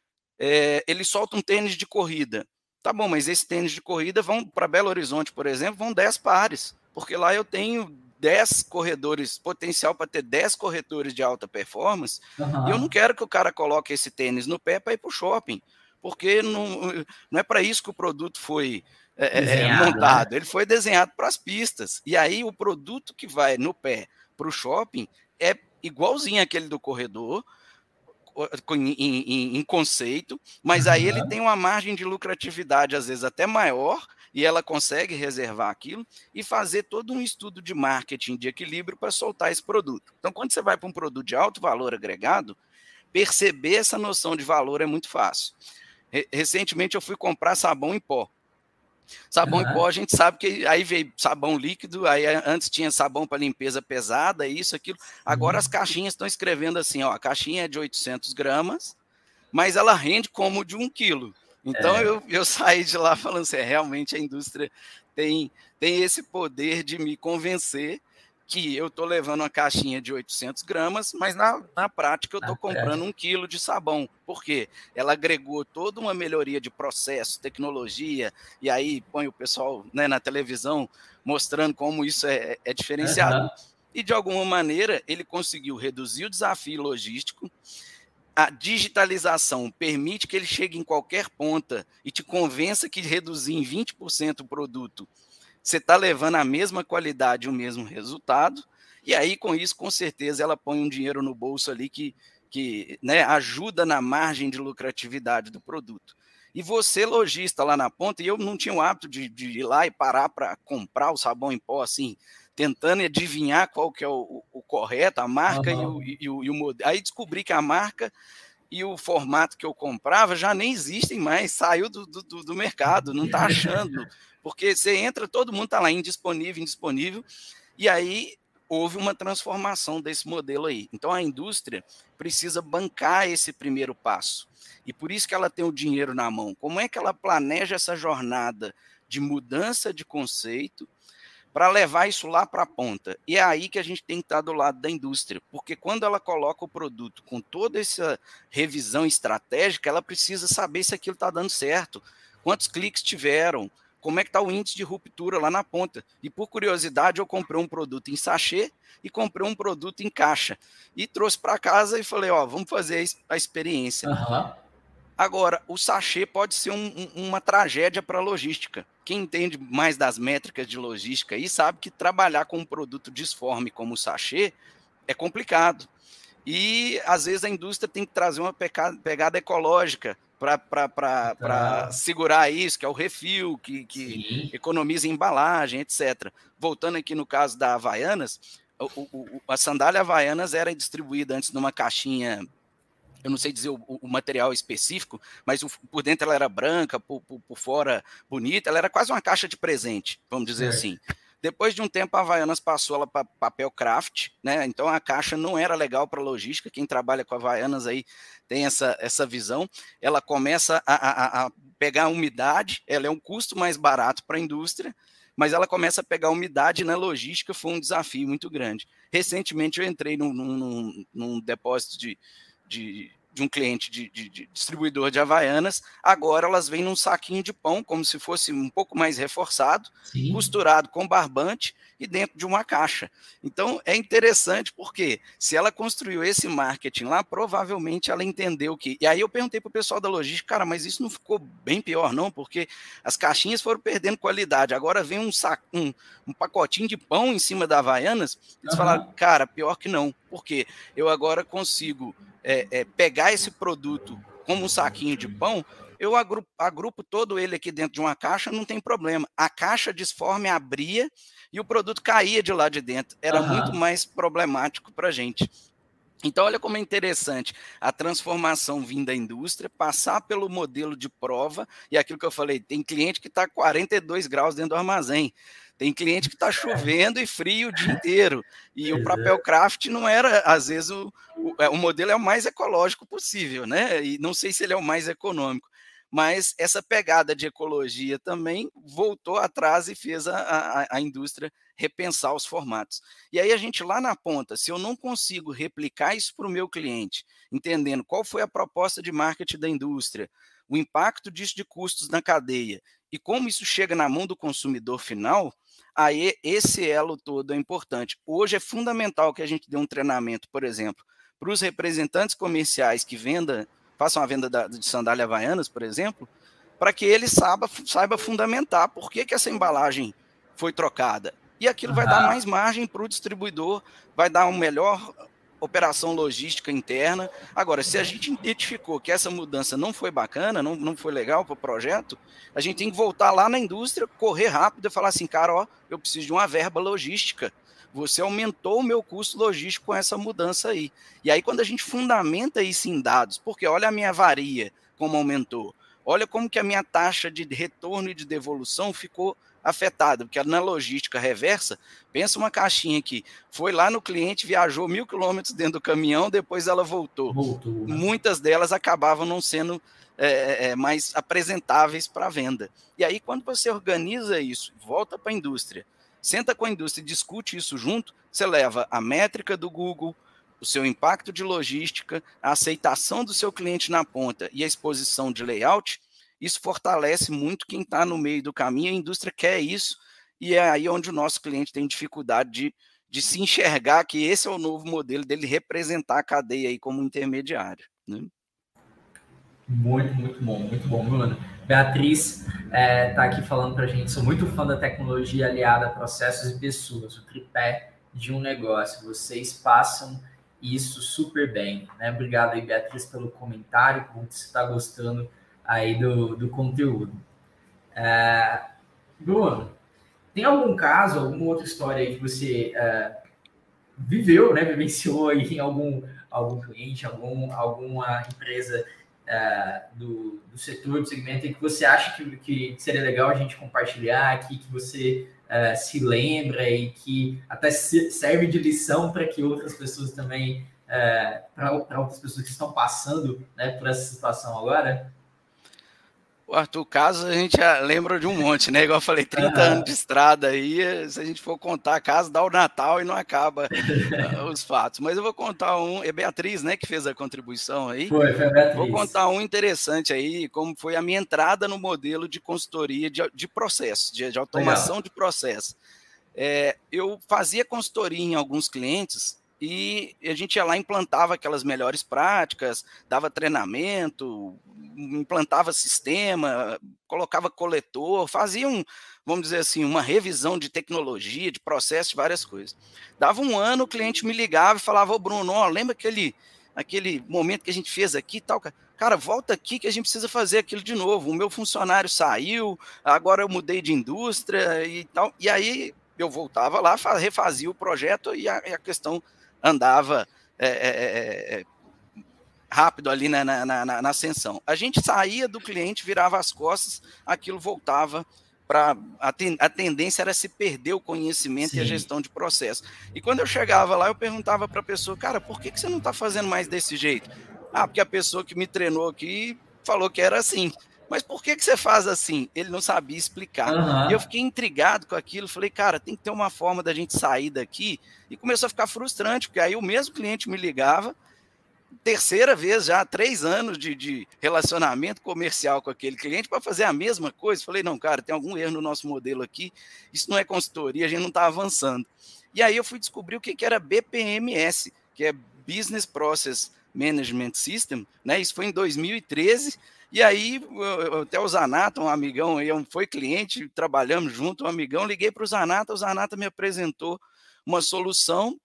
é, ele solta um tênis de corrida. Tá bom, mas esse tênis de corrida vão para Belo Horizonte, por exemplo, vão dez pares, porque lá eu tenho dez corredores, potencial para ter dez corretores de alta performance, uhum. e eu não quero que o cara coloque esse tênis no pé para ir para o shopping, porque não, não é para isso que o produto foi é, é, montado, né? Ele foi desenhado para as pistas, e aí o produto que vai no pé para o shopping é igualzinho àquele do corredor, Em, em, em conceito, mas aí uhum. ele tem uma margem de lucratividade às vezes até maior, e ela consegue reservar aquilo e fazer todo um estudo de marketing de equilíbrio para soltar esse produto. Então, quando você vai para um produto de alto valor agregado, perceber essa noção de valor é muito fácil. Recentemente eu fui comprar sabão em pó. Sabão uhum. em pó, a gente sabe que aí veio sabão líquido, aí antes tinha sabão para limpeza pesada, isso, aquilo. Agora uhum. as caixinhas estão escrevendo assim, ó, a caixinha é de oitocentos gramas, mas ela rende como de um quilo. Então é. eu, eu saí de lá falando assim, realmente a indústria tem, tem esse poder de me convencer que eu estou levando uma caixinha de oitocentos gramas, mas na, na prática eu estou comprando um quilo de sabão. Por quê? Ela agregou toda uma melhoria de processo, tecnologia, e aí põe o pessoal, né, na televisão mostrando como isso é, é diferenciado. Uhum. E de alguma maneira ele conseguiu reduzir o desafio logístico. A digitalização permite que ele chegue em qualquer ponta e te convença que reduzir em vinte por cento o produto você está levando a mesma qualidade e o mesmo resultado, e aí com isso, com certeza, ela põe um dinheiro no bolso ali que, que né, ajuda na margem de lucratividade do produto. E você, lojista lá na ponta, e eu não tinha o hábito de, de ir lá e parar para comprar o sabão em pó, assim, tentando adivinhar qual que é o, o correto, a marca uhum. e, o, e, o, e o modelo. Aí descobri que a marca e o formato que eu comprava já nem existem mais, saiu do, do, do mercado, não está achando, porque você entra, todo mundo está lá, indisponível, indisponível, e aí houve uma transformação desse modelo aí. Então a indústria precisa bancar esse primeiro passo, e por isso que ela tem o dinheiro na mão. Como é que ela planeja essa jornada de mudança de conceito, para levar isso lá para a ponta? E é aí que a gente tem que estar do lado da indústria, porque quando ela coloca o produto com toda essa revisão estratégica, ela precisa saber se aquilo está dando certo, quantos cliques tiveram, como é que está o índice de ruptura lá na ponta. E por curiosidade, eu comprei um produto em sachê e comprei um produto em caixa, e trouxe para casa e falei, ó, vamos fazer a experiência. Uhum. Agora, o sachê pode ser um, um, uma tragédia para a logística. Quem entende mais das métricas de logística aí sabe que trabalhar com um produto disforme como o sachê é complicado. E, às vezes, a indústria tem que trazer uma pegada ecológica para segurar isso, que é o refil, que, que economiza em embalagem, etcétera. Voltando aqui no caso da Havaianas, o, o, a sandália Havaianas era distribuída antes numa caixinha, eu não sei dizer o, o material específico, mas o, por dentro ela era branca, por, por, por fora bonita, ela era quase uma caixa de presente, vamos dizer certo. Assim. Depois de um tempo, a Havaianas passou ela para papel craft, né? Então a caixa não era legal para logística. Quem trabalha com a Havaianas aí tem essa, essa visão. Ela começa a, a, a pegar a umidade, ela é um custo mais barato para a indústria, mas ela começa a pegar umidade na logística, foi um desafio muito grande. Recentemente eu entrei num, num, num depósito de, de, de um cliente de, de, de distribuidor de Havaianas, agora elas vêm num saquinho de pão, como se fosse um pouco mais reforçado, Sim. costurado com barbante e dentro de uma caixa. Então, é interessante porque se ela construiu esse marketing lá, provavelmente ela entendeu que... E aí eu perguntei para o pessoal da logística, cara, mas isso não ficou bem pior não? Porque as caixinhas foram perdendo qualidade, agora vem um, saco, um, um pacotinho de pão em cima da Havaianas, eles uhum. falaram, cara, pior que não, porque eu agora consigo... É, é, pegar esse produto como um saquinho de pão, eu agrupo, agrupo todo ele aqui dentro de uma caixa, não tem problema. A caixa disforme abria e o produto caía de lá de dentro. Era uhum. muito mais problemático para a gente. Então, olha como é interessante a transformação vindo da indústria, passar pelo modelo de prova, e aquilo que eu falei, tem cliente que está a quarenta e dois graus dentro do armazém, tem cliente que está chovendo e frio o dia inteiro, e o papel craft não era, às vezes, o, o, o modelo é o mais ecológico possível, né? E não sei se ele é o mais econômico, mas essa pegada de ecologia também voltou atrás e fez a, a, a indústria repensar os formatos. E aí a gente lá na ponta, se eu não consigo replicar isso para o meu cliente, entendendo qual foi a proposta de marketing da indústria, o impacto disso de custos na cadeia e como isso chega na mão do consumidor final, aí esse elo todo é importante. Hoje é fundamental que a gente dê um treinamento, por exemplo, para os representantes comerciais que vendam, façam a venda da, de sandália Havaianas, por exemplo, para que ele saiba, saiba fundamentar por que, que essa embalagem foi trocada. E aquilo uhum. vai dar mais margem para o distribuidor, vai dar uma melhor operação logística interna. Agora, se a gente identificou que essa mudança não foi bacana, não, não foi legal para o projeto, a gente tem que voltar lá na indústria, correr rápido e falar assim, cara, ó, eu preciso de uma verba logística. Você aumentou o meu custo logístico com essa mudança aí. E aí, quando a gente fundamenta isso em dados, porque olha a minha varia, como aumentou, olha como que a minha taxa de retorno e de devolução ficou afetada, porque na logística reversa, pensa uma caixinha que foi lá no cliente, viajou mil quilômetros dentro do caminhão, depois ela voltou. voltou né? Muitas delas acabavam não sendo é, é, mais apresentáveis para a venda. E aí, quando você organiza isso, volta para a indústria, senta com a indústria e discute isso junto, você leva a métrica do Google, o seu impacto de logística, a aceitação do seu cliente na ponta e a exposição de layout, isso fortalece muito quem está no meio do caminho, a indústria quer isso, e é aí onde o nosso cliente tem dificuldade de, de se enxergar que esse é o novo modelo dele representar a cadeia aí como intermediário. Né? Muito, muito bom, muito bom, Bruno. Beatriz está é, aqui falando para a gente, sou muito fã da tecnologia aliada a processos e pessoas, o tripé de um negócio, vocês passam isso super bem, né? Obrigado aí, Beatriz, pelo comentário, como você está gostando aí do, do conteúdo. É, Bruno, tem algum caso, alguma outra história aí que você é, viveu, né, vivenciou aí em algum, algum cliente, algum, alguma empresa é, do, do setor, do segmento, e que você acha que, que seria legal a gente compartilhar aqui, que você é, se lembra e que até serve de lição para que outras pessoas também, é, para outras pessoas que estão passando, né, por essa situação agora? Arthur, caso a gente lembra de um monte, né? Igual eu falei, trinta uhum. anos de estrada aí, se a gente for contar caso, dá o Natal e não acaba uh, os fatos. Mas eu vou contar um, é Beatriz, né, que fez a contribuição aí. Foi, foi a Beatriz. Vou contar um interessante aí, como foi a minha entrada no modelo de consultoria de, de processo, de, de automação Legal. de processo. É, eu fazia consultoria em alguns clientes e a gente ia lá, implantava aquelas melhores práticas, dava treinamento, implantava sistema, colocava coletor, fazia um, vamos dizer assim, uma revisão de tecnologia, de processo, várias coisas. Dava um ano, o cliente me ligava e falava, ô Bruno, ó, lembra aquele, aquele momento que a gente fez aqui e tal, cara? Cara, volta aqui que a gente precisa fazer aquilo de novo. O meu funcionário saiu, agora eu mudei de indústria e tal. E aí eu voltava lá, refazia o projeto e a, a questão andava é, é, é, rápido ali na, na, na, na ascensão. A gente saía do cliente, virava as costas, aquilo voltava para... A, ten, a tendência era se perder o conhecimento Sim. e a gestão de processo. E quando eu chegava lá, eu perguntava para a pessoa, cara, por que, que você não está fazendo mais desse jeito? Ah, porque a pessoa que me treinou aqui falou que era assim. Mas por que, que você faz assim? Ele não sabia explicar. Uhum. E eu fiquei intrigado com aquilo, falei, cara, tem que ter uma forma da gente sair daqui. E começou a ficar frustrante, porque aí o mesmo cliente me ligava, terceira vez já, três anos de, de relacionamento comercial com aquele cliente para fazer a mesma coisa. Falei, não, cara, tem algum erro no nosso modelo aqui, isso não é consultoria, a gente não está avançando. E aí eu fui descobrir o que, que era B P M S, que é Business Process Management System, né? Isso foi em dois mil e treze, e aí até o Zanata, um amigão, foi cliente, trabalhamos junto, um amigão, liguei para o Zanata, o Zanata me apresentou uma solução.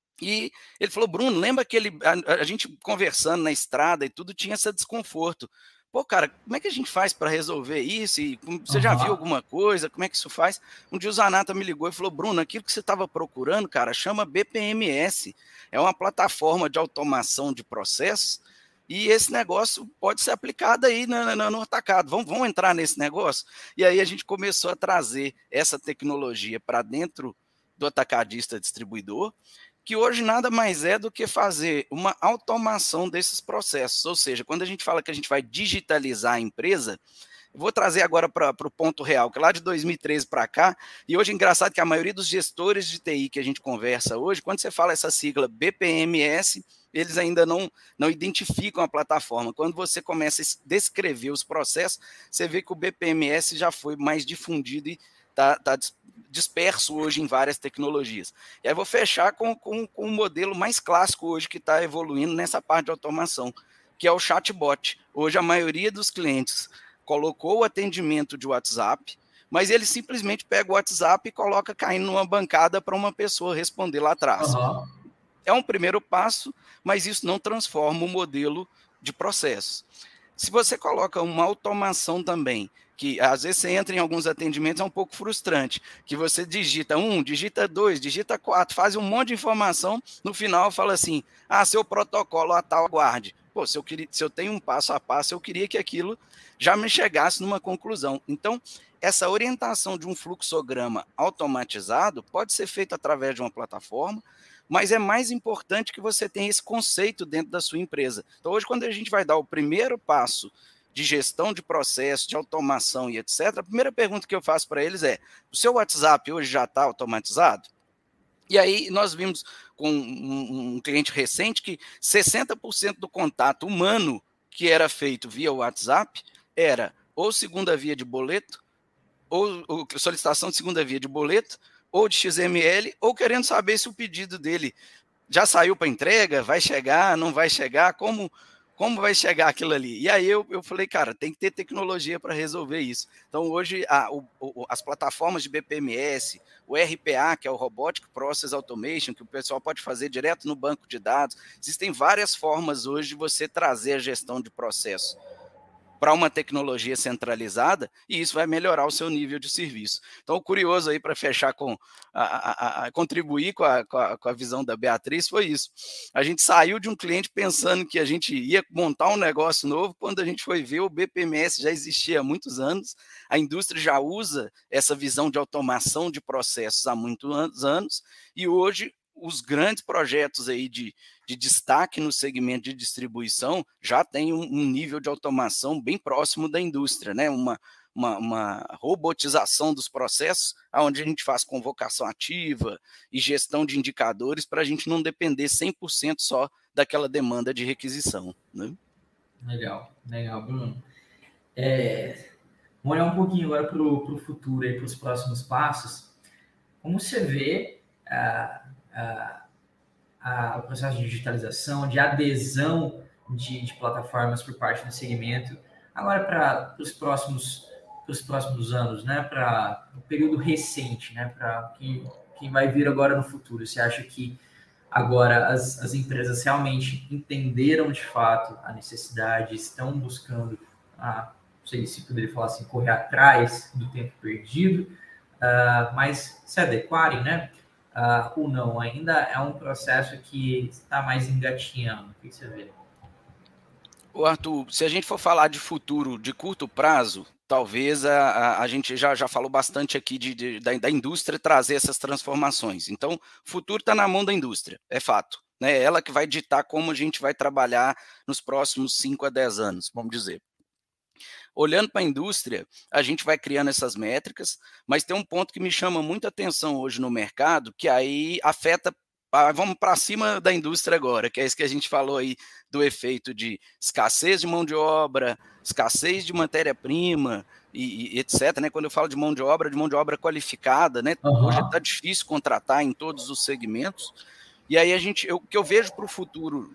E ele falou, Bruno, lembra que ele, a, a gente conversando na estrada e tudo tinha esse desconforto. Pô, cara, como é que a gente faz para resolver isso? E, você uhum. já viu alguma coisa? Como é que isso faz? Um dia o Zanata me ligou e falou, Bruno, aquilo que você estava procurando, cara, chama B P M S. É uma plataforma de automação de processos e esse negócio pode ser aplicado aí no, no, no atacado. Vamos, vamos entrar nesse negócio? E aí a gente começou a trazer essa tecnologia para dentro do atacadista distribuidor, que hoje nada mais é do que fazer uma automação desses processos. Ou seja, quando a gente fala que a gente vai digitalizar a empresa, eu vou trazer agora para o ponto real, que lá de dois mil e treze para cá, e hoje é engraçado que a maioria dos gestores de T I que a gente conversa hoje, quando você fala essa sigla B P M S, eles ainda não, não identificam a plataforma. Quando você começa a descrever os processos, você vê que o B P M S já foi mais difundido e está tá disperso hoje em várias tecnologias. E aí vou fechar com, com, com o modelo mais clássico hoje que está evoluindo nessa parte de automação, que é o chatbot. Hoje a maioria dos clientes colocou o atendimento de WhatsApp, mas ele simplesmente pega o WhatsApp e coloca caindo numa bancada para uma pessoa responder lá atrás. Uhum. É um primeiro passo, mas isso não transforma o modelo de processo. Se você coloca uma automação também, que às vezes você entra em alguns atendimentos, é um pouco frustrante, que você digita um, digita dois, digita quatro, faz um monte de informação, no final fala assim, ah, seu protocolo a tal, aguarde. Pô, se eu, queria, se eu tenho um passo a passo, eu queria que aquilo já me chegasse numa conclusão. Então, essa orientação de um fluxograma automatizado pode ser feita através de uma plataforma, mas é mais importante que você tenha esse conceito dentro da sua empresa. Então, hoje, quando a gente vai dar o primeiro passo de gestão de processo, de automação e etcétera, a primeira pergunta que eu faço para eles é, o seu WhatsApp hoje já está automatizado? E aí nós vimos com um, um cliente recente que sessenta por cento do contato humano que era feito via WhatsApp era ou segunda via de boleto, ou, ou solicitação de segunda via de boleto, ou de X M L, ou querendo saber se o pedido dele já saiu para entrega, vai chegar, não vai chegar, como... Como vai chegar aquilo ali? E aí eu, eu falei, cara, tem que ter tecnologia para resolver isso. Então, hoje, a, o, o, as plataformas de B P M S, o R P A, que é o Robotic Process Automation, que o pessoal pode fazer direto no banco de dados, existem várias formas hoje de você trazer a gestão de processo para uma tecnologia centralizada, e isso vai melhorar o seu nível de serviço. Então, o curioso aí para fechar com, a, a, a contribuir com a, com, a, com a visão da Beatriz foi isso. A gente saiu de um cliente pensando que a gente ia montar um negócio novo, quando a gente foi ver, o B P M S já existia há muitos anos, a indústria já usa essa visão de automação de processos há muitos anos, e hoje os grandes projetos aí de, de destaque no segmento de distribuição já tem um, um nível de automação bem próximo da indústria, né? Uma, uma, uma robotização dos processos, onde a gente faz convocação ativa e gestão de indicadores para a gente não depender cem por cento só daquela demanda de requisição, né? Legal, legal, Bruno. É, vamos olhar um pouquinho agora para o futuro e para os próximos passos. Como você vê a A, a, o processo de digitalização, de adesão de, de plataformas por parte do segmento, agora para os próximos, próximos anos, né? Para o período recente, né? Para quem, quem vai vir agora no futuro. Você acha que agora as, as empresas realmente entenderam de fato a necessidade, estão buscando, a, não sei se poderia falar assim, correr atrás do tempo perdido, uh, mas se adequarem, né? Uh, ou não, ainda é um processo que está mais engatinhando. O que você vê? Ô Arthur, se a gente for falar de futuro de curto prazo, talvez a, a, a gente já, já falou bastante aqui de, de, da, da indústria trazer essas transformações. Então, o futuro está na mão da indústria, é fato. Né? É ela que vai ditar como a gente vai trabalhar nos próximos cinco a dez anos, vamos dizer. Olhando para a indústria, a gente vai criando essas métricas, mas tem um ponto que me chama muita atenção hoje no mercado, que aí afeta vamos para cima da indústria agora, que é isso que a gente falou aí do efeito de escassez de mão de obra, escassez de matéria-prima, e, e etcétera. Né? Quando eu falo de mão de obra, de mão de obra qualificada, né? Uhum. Hoje está difícil contratar em todos os segmentos. E aí a gente, eu, o que eu vejo para o futuro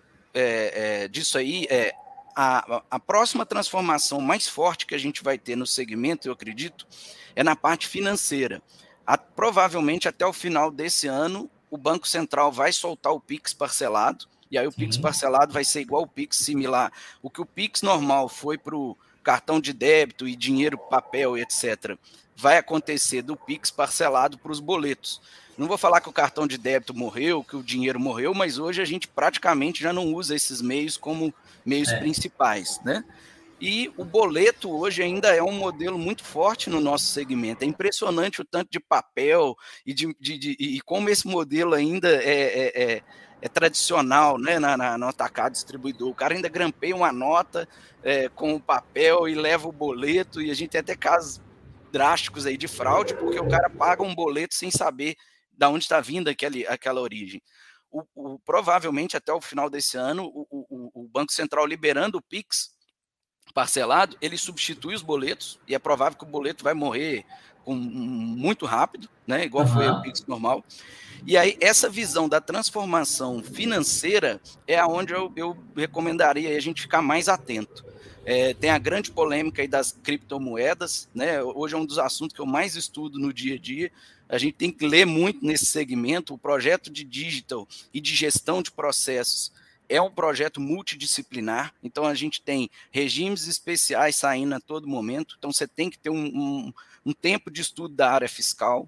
é, é, disso aí é a, a próxima transformação mais forte que a gente vai ter no segmento, eu acredito, é na parte financeira. A, provavelmente até o final desse ano, o Banco Central vai soltar o Pix parcelado, e aí o Sim. Pix parcelado vai ser igual o Pix similar. O que o Pix normal foi para o cartão de débito e dinheiro, papel, etcétera, vai acontecer do Pix parcelado para os boletos. Não vou falar que o cartão de débito morreu, que o dinheiro morreu, mas hoje a gente praticamente já não usa esses meios como meios é. principais, né? E o boleto hoje ainda é um modelo muito forte no nosso segmento. É impressionante o tanto de papel e, de, de, de, e como esse modelo ainda é, é, é, é tradicional, né, na, na, no atacado distribuidor. O cara ainda grampeia uma nota é, com o papel e leva o boleto, e a gente tem até casos drásticos aí de fraude, porque o cara paga um boleto sem saber de onde está vindo aquele, aquela origem. O, o, provavelmente até o final desse ano, o, o, o Banco Central liberando o Pix parcelado, ele substitui os boletos, e é provável que o boleto vai morrer com, muito rápido, né, igual uhum. foi o Pix normal. E aí essa visão da transformação financeira é aonde eu, eu recomendaria a gente ficar mais atento. É, tem a grande polêmica aí das criptomoedas, né? Hoje é um dos assuntos que eu mais estudo no dia a dia. A gente tem que ler muito nesse segmento. O projeto de digital e de gestão de processos é um projeto multidisciplinar, então a gente tem regimes especiais saindo a todo momento, então você tem que ter um, um, um tempo de estudo da área fiscal.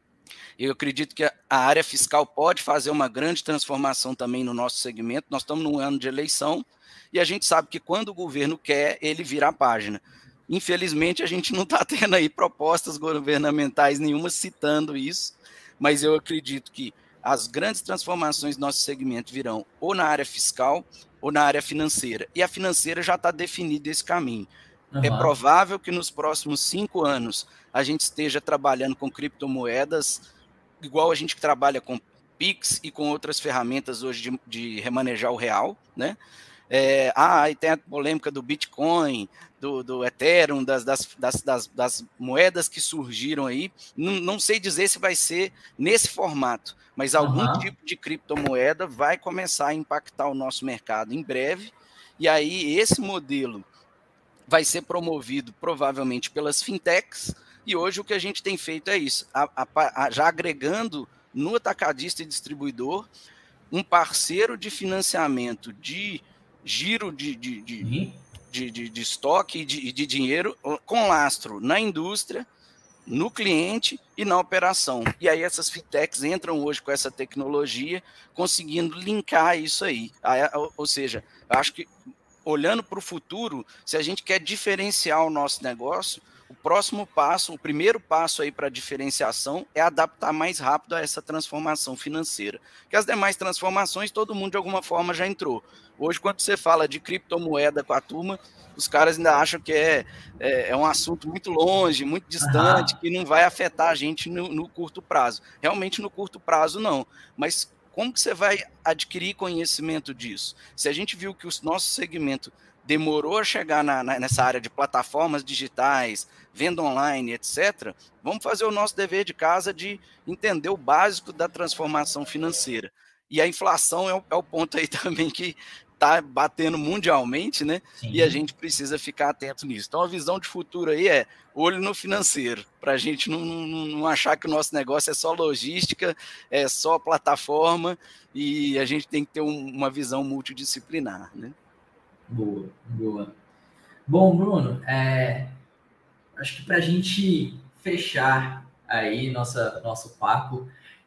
Eu acredito que a área fiscal pode fazer uma grande transformação também no nosso segmento. Nós estamos num ano de eleição e a gente sabe que quando o governo quer, ele vira a página. Infelizmente, a gente não está tendo aí propostas governamentais nenhuma citando isso, mas eu acredito que as grandes transformações do nosso segmento virão ou na área fiscal ou na área financeira. E a financeira já está definida esse caminho. Uhum. É provável que nos próximos cinco anos a gente esteja trabalhando com criptomoedas, igual a gente trabalha com Pix e com outras ferramentas hoje de, de remanejar o real, né? É, ah, e tem a polêmica do Bitcoin, do, do Ethereum, das, das, das, das, das moedas que surgiram aí. Não, não sei dizer se vai ser nesse formato, mas algum uhum. tipo de criptomoeda vai começar a impactar o nosso mercado em breve. E aí esse modelo vai ser promovido provavelmente pelas fintechs. E hoje o que a gente tem feito é isso, a, a, a, já agregando no atacadista e distribuidor um parceiro de financiamento de giro de, de, de, uhum. de, de, de estoque e de, de dinheiro com lastro na indústria, no cliente e na operação. E aí essas fintechs entram hoje com essa tecnologia, conseguindo linkar isso aí. Ou seja, eu acho que olhando para o futuro, se a gente quer diferenciar o nosso negócio, o próximo passo, o primeiro passo aí para a diferenciação é adaptar mais rápido a essa transformação financeira. Porque as demais transformações, todo mundo de alguma forma já entrou. Hoje, quando você fala de criptomoeda com a turma, os caras ainda acham que é, é, é um assunto muito longe, muito distante, uhum. que não vai afetar a gente no, no curto prazo. Realmente no curto prazo não, mas como que você vai adquirir conhecimento disso? Se a gente viu que o nosso segmento demorou a chegar na, na, nessa área de plataformas digitais, venda online, etcétera, vamos fazer o nosso dever de casa de entender o básico da transformação financeira. E a inflação é o, é o ponto aí também que está batendo mundialmente, né? Sim. E a gente precisa ficar atento nisso. Então, a visão de futuro aí é olho no financeiro, para a gente não, não, não achar que o nosso negócio é só logística, é só plataforma, e a gente tem que ter um, uma visão multidisciplinar, né? Boa, boa. Bom, Bruno, é, acho que para a gente fechar aí nossa, nosso papo,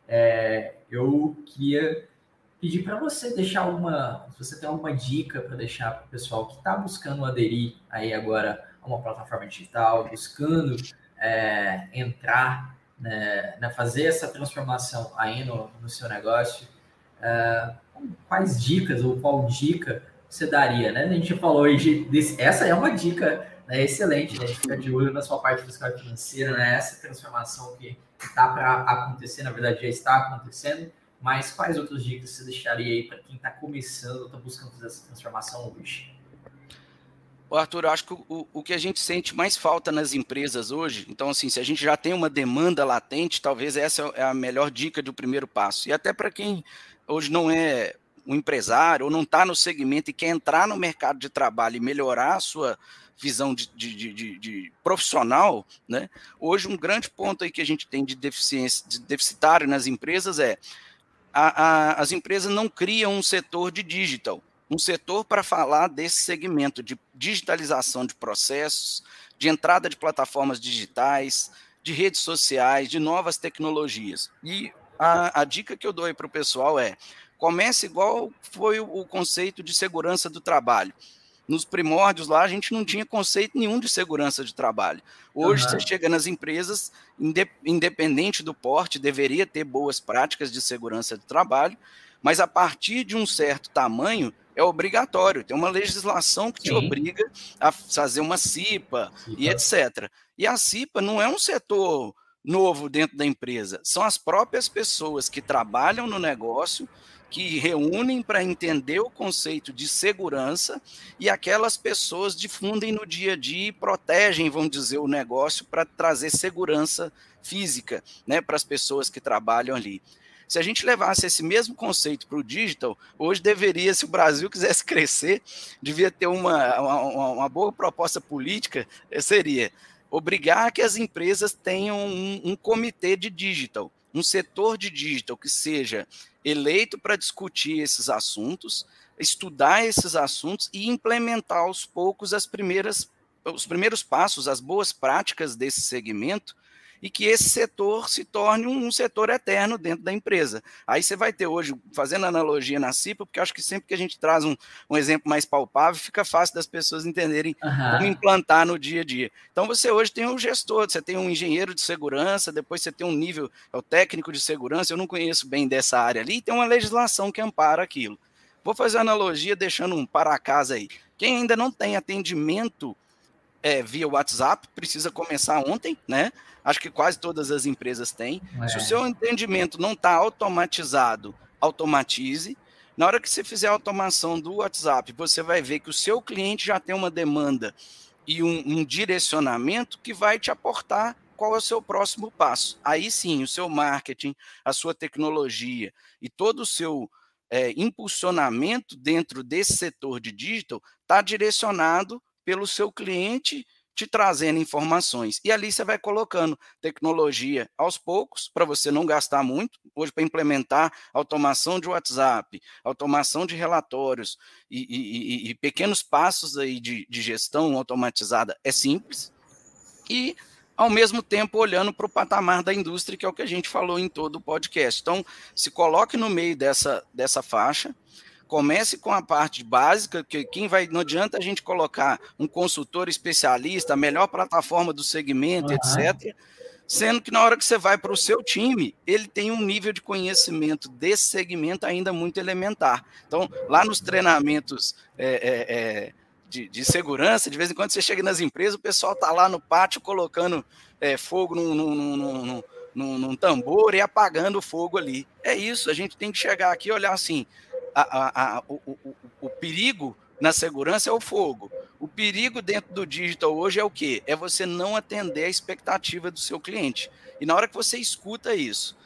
é, eu queria pedir para você deixar uma, se você tem alguma dica para deixar para o pessoal que está buscando aderir aí agora a uma plataforma digital, buscando é, entrar, né, né, fazer essa transformação aí no, no seu negócio, é, quais dicas ou qual dica você daria, né? A gente falou aí de, de essa é uma dica, né, excelente, né? De ficar de olho na sua parte fiscal e financeira, né? Essa transformação que está para acontecer, na verdade já está acontecendo, mas quais outras dicas você deixaria aí para quem está começando ou está buscando fazer essa transformação hoje? Ô, Arthur, eu acho que o, o que a gente sente mais falta nas empresas hoje, então, assim, se a gente já tem uma demanda latente, talvez essa é a melhor dica do primeiro passo. E até para quem hoje não é um empresário ou não está no segmento e quer entrar no mercado de trabalho e melhorar a sua visão de, de, de, de, de profissional, né? Hoje um grande ponto aí que a gente tem de deficiência, de deficitário nas empresas é a, a, as empresas não criam um setor de digital, um setor para falar desse segmento de digitalização de processos, de entrada de plataformas digitais, de redes sociais, de novas tecnologias. E a, a dica que eu dou aí para o pessoal é: comece igual foi o, o conceito de segurança do trabalho. Nos primórdios lá, a gente não tinha conceito nenhum de segurança de trabalho. Hoje, uhum. Você chega nas empresas, independente do porte, deveria ter boas práticas de segurança de trabalho, mas a partir de um certo tamanho, é obrigatório. Tem uma legislação que Sim. te obriga a fazer uma CIPA, CIPA e etcétera. E a CIPA não é um setor novo dentro da empresa, são as próprias pessoas que trabalham no negócio, que reúnem para entender o conceito de segurança, e aquelas pessoas difundem no dia a dia e protegem, vamos dizer, o negócio para trazer segurança física, né, para as pessoas que trabalham ali. Se a gente levasse esse mesmo conceito para o digital, hoje deveria, se o Brasil quisesse crescer, devia ter uma, uma, uma boa proposta política, seria obrigar que as empresas tenham um, um comitê de digital, um setor de digital que seja eleito para discutir esses assuntos, estudar esses assuntos e implementar aos poucos as primeiras, os primeiros passos, as boas práticas desse segmento, e que esse setor se torne um, um setor eterno dentro da empresa. Aí você vai ter hoje, fazendo analogia na CIPA, porque eu acho que sempre que a gente traz um, um exemplo mais palpável, fica fácil das pessoas entenderem uhum. como implantar no dia a dia. Então você hoje tem um gestor, você tem um engenheiro de segurança, depois você tem um nível, é o técnico de segurança, eu não conheço bem dessa área ali, e tem uma legislação que ampara aquilo. Vou fazer analogia deixando um para casa aí. Quem ainda não tem atendimento é, via WhatsApp, precisa começar ontem, né? Acho que quase todas as empresas têm. É. Se o seu atendimento não está automatizado, automatize. Na hora que você fizer a automação do WhatsApp, você vai ver que o seu cliente já tem uma demanda e um, um direcionamento que vai te aportar qual é o seu próximo passo. Aí sim, o seu marketing, a sua tecnologia e todo o seu é, impulsionamento dentro desse setor de digital está direcionado pelo seu cliente te trazendo informações. E ali você vai colocando tecnologia aos poucos, para você não gastar muito. Hoje, para implementar automação de WhatsApp, automação de relatórios e, e, e, e pequenos passos aí de, de gestão automatizada é simples. E, ao mesmo tempo, olhando para o patamar da indústria, que é o que a gente falou em todo o podcast. Então, se coloque no meio dessa, dessa faixa. Comece com a parte básica, que quem vai, não adianta a gente colocar um consultor especialista, a melhor plataforma do segmento, uhum. etcétera, sendo que na hora que você vai para o seu time, ele tem um nível de conhecimento desse segmento ainda muito elementar. Então, lá nos treinamentos é, é, é, de, de segurança, de vez em quando você chega nas empresas, o pessoal está lá no pátio colocando é, fogo num, num, num, num, num, num tambor e apagando o fogo ali. É isso, a gente tem que chegar aqui e olhar assim, A, a, a, o, o, o perigo na segurança é o fogo. O perigo dentro do digital hoje é o quê? É você não atender a expectativa do seu cliente. E na hora que você escuta isso,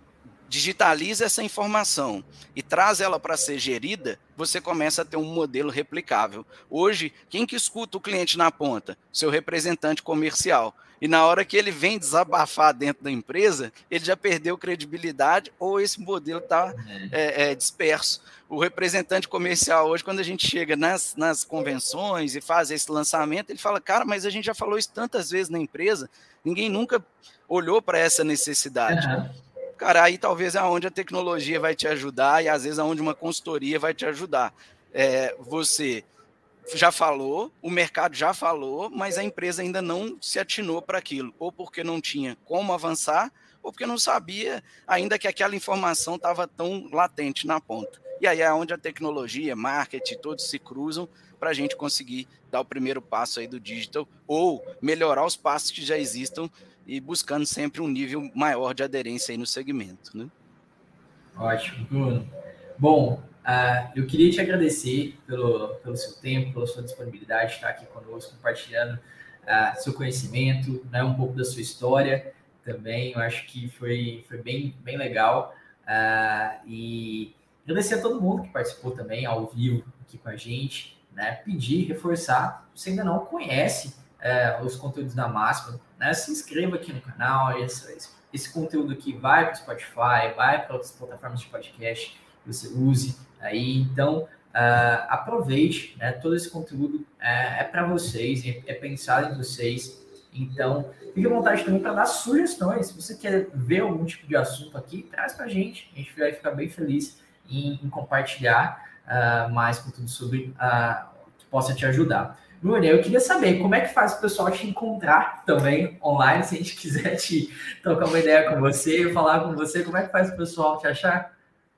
digitaliza essa informação e traz ela para ser gerida, você começa a ter um modelo replicável. Hoje, quem que escuta o cliente na ponta? Seu representante comercial. E na hora que ele vem desabafar dentro da empresa, ele já perdeu credibilidade ou esse modelo está é, é, disperso. O representante comercial hoje, quando a gente chega nas, nas convenções e faz esse lançamento, ele fala, cara, mas a gente já falou isso tantas vezes na empresa, ninguém nunca olhou para essa necessidade. Uhum. Cara, aí talvez é onde a tecnologia vai te ajudar e às vezes é onde uma consultoria vai te ajudar. É, você já falou, o mercado já falou, mas a empresa ainda não se atinou para aquilo, ou porque não tinha como avançar, ou porque não sabia ainda que aquela informação estava tão latente na ponta. E aí é onde a tecnologia, marketing, todos se cruzam para a gente conseguir dar o primeiro passo aí do digital, ou melhorar os passos que já existam e buscando sempre um nível maior de aderência aí no segmento, né? Ótimo, Bruno. Bom, uh, eu queria te agradecer pelo, pelo seu tempo, pela sua disponibilidade de estar aqui conosco, compartilhando uh, seu conhecimento, né, um pouco da sua história também. Eu acho que foi, foi bem, bem legal. Uh, e agradecer a todo mundo que participou também ao vivo aqui com a gente, né? Pedir, reforçar, se ainda não conhece uh, os conteúdos da Máxima, né? Se inscreva aqui no canal, esse, esse conteúdo aqui vai para o Spotify, vai para outras plataformas de podcast que você use aí. Então, uh, aproveite, né? Todo esse conteúdo é, é para vocês, é, é pensado em vocês. Então, fique à vontade também para dar sugestões. Se você quer ver algum tipo de assunto aqui, traz para a gente. A gente vai ficar bem feliz em, em compartilhar uh, mais conteúdo sobre uh, que possa te ajudar. Bruno, eu queria saber como é que faz o pessoal te encontrar também online, se a gente quiser te trocar uma ideia com você, falar com você, como é que faz o pessoal te achar?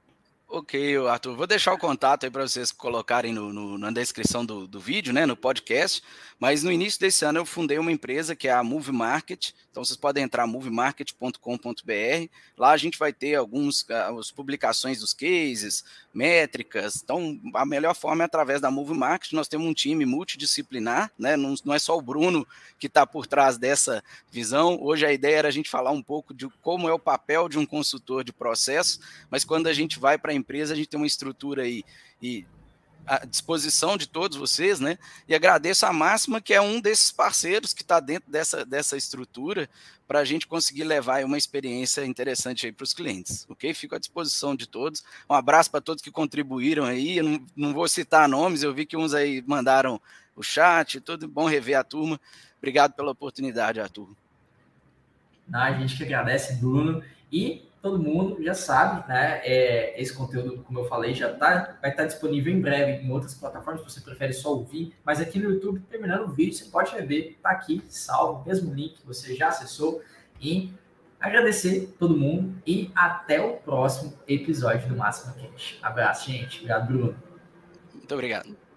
Ok, Arthur, vou deixar o contato aí para vocês colocarem no, no, na descrição do, do vídeo, né, no podcast, mas no início desse ano eu fundei uma empresa que é a Move Market, então vocês podem entrar move market ponto com ponto b r, lá a gente vai ter algumas as publicações dos cases, métricas, então a melhor forma é através da Move Market. Nós temos um time multidisciplinar, né, não, não é só o Bruno que está por trás dessa visão. Hoje a ideia era a gente falar um pouco de como é o papel de um consultor de processo, mas quando a gente vai para a empresa, a gente tem uma estrutura aí e à disposição de todos vocês, né? E agradeço a Máxima, que é um desses parceiros que está dentro dessa, dessa estrutura, para a gente conseguir levar uma experiência interessante aí para os clientes, ok? Fico à disposição de todos. Um abraço para todos que contribuíram aí. Eu não, não vou citar nomes, eu vi que uns aí mandaram o chat, tudo bom rever a turma. Obrigado pela oportunidade, Arthur. Não, a gente que agradece, Bruno, e todo mundo já sabe, né? É, esse conteúdo, como eu falei, já tá, vai estar disponível em breve em outras plataformas, se você prefere só ouvir, mas aqui no YouTube, terminando o vídeo, você pode rever, tá aqui, salvo, mesmo link que você já acessou, e agradecer todo mundo e até o próximo episódio do Máxima Cash. Abraço, gente. Obrigado, Bruno. Muito obrigado.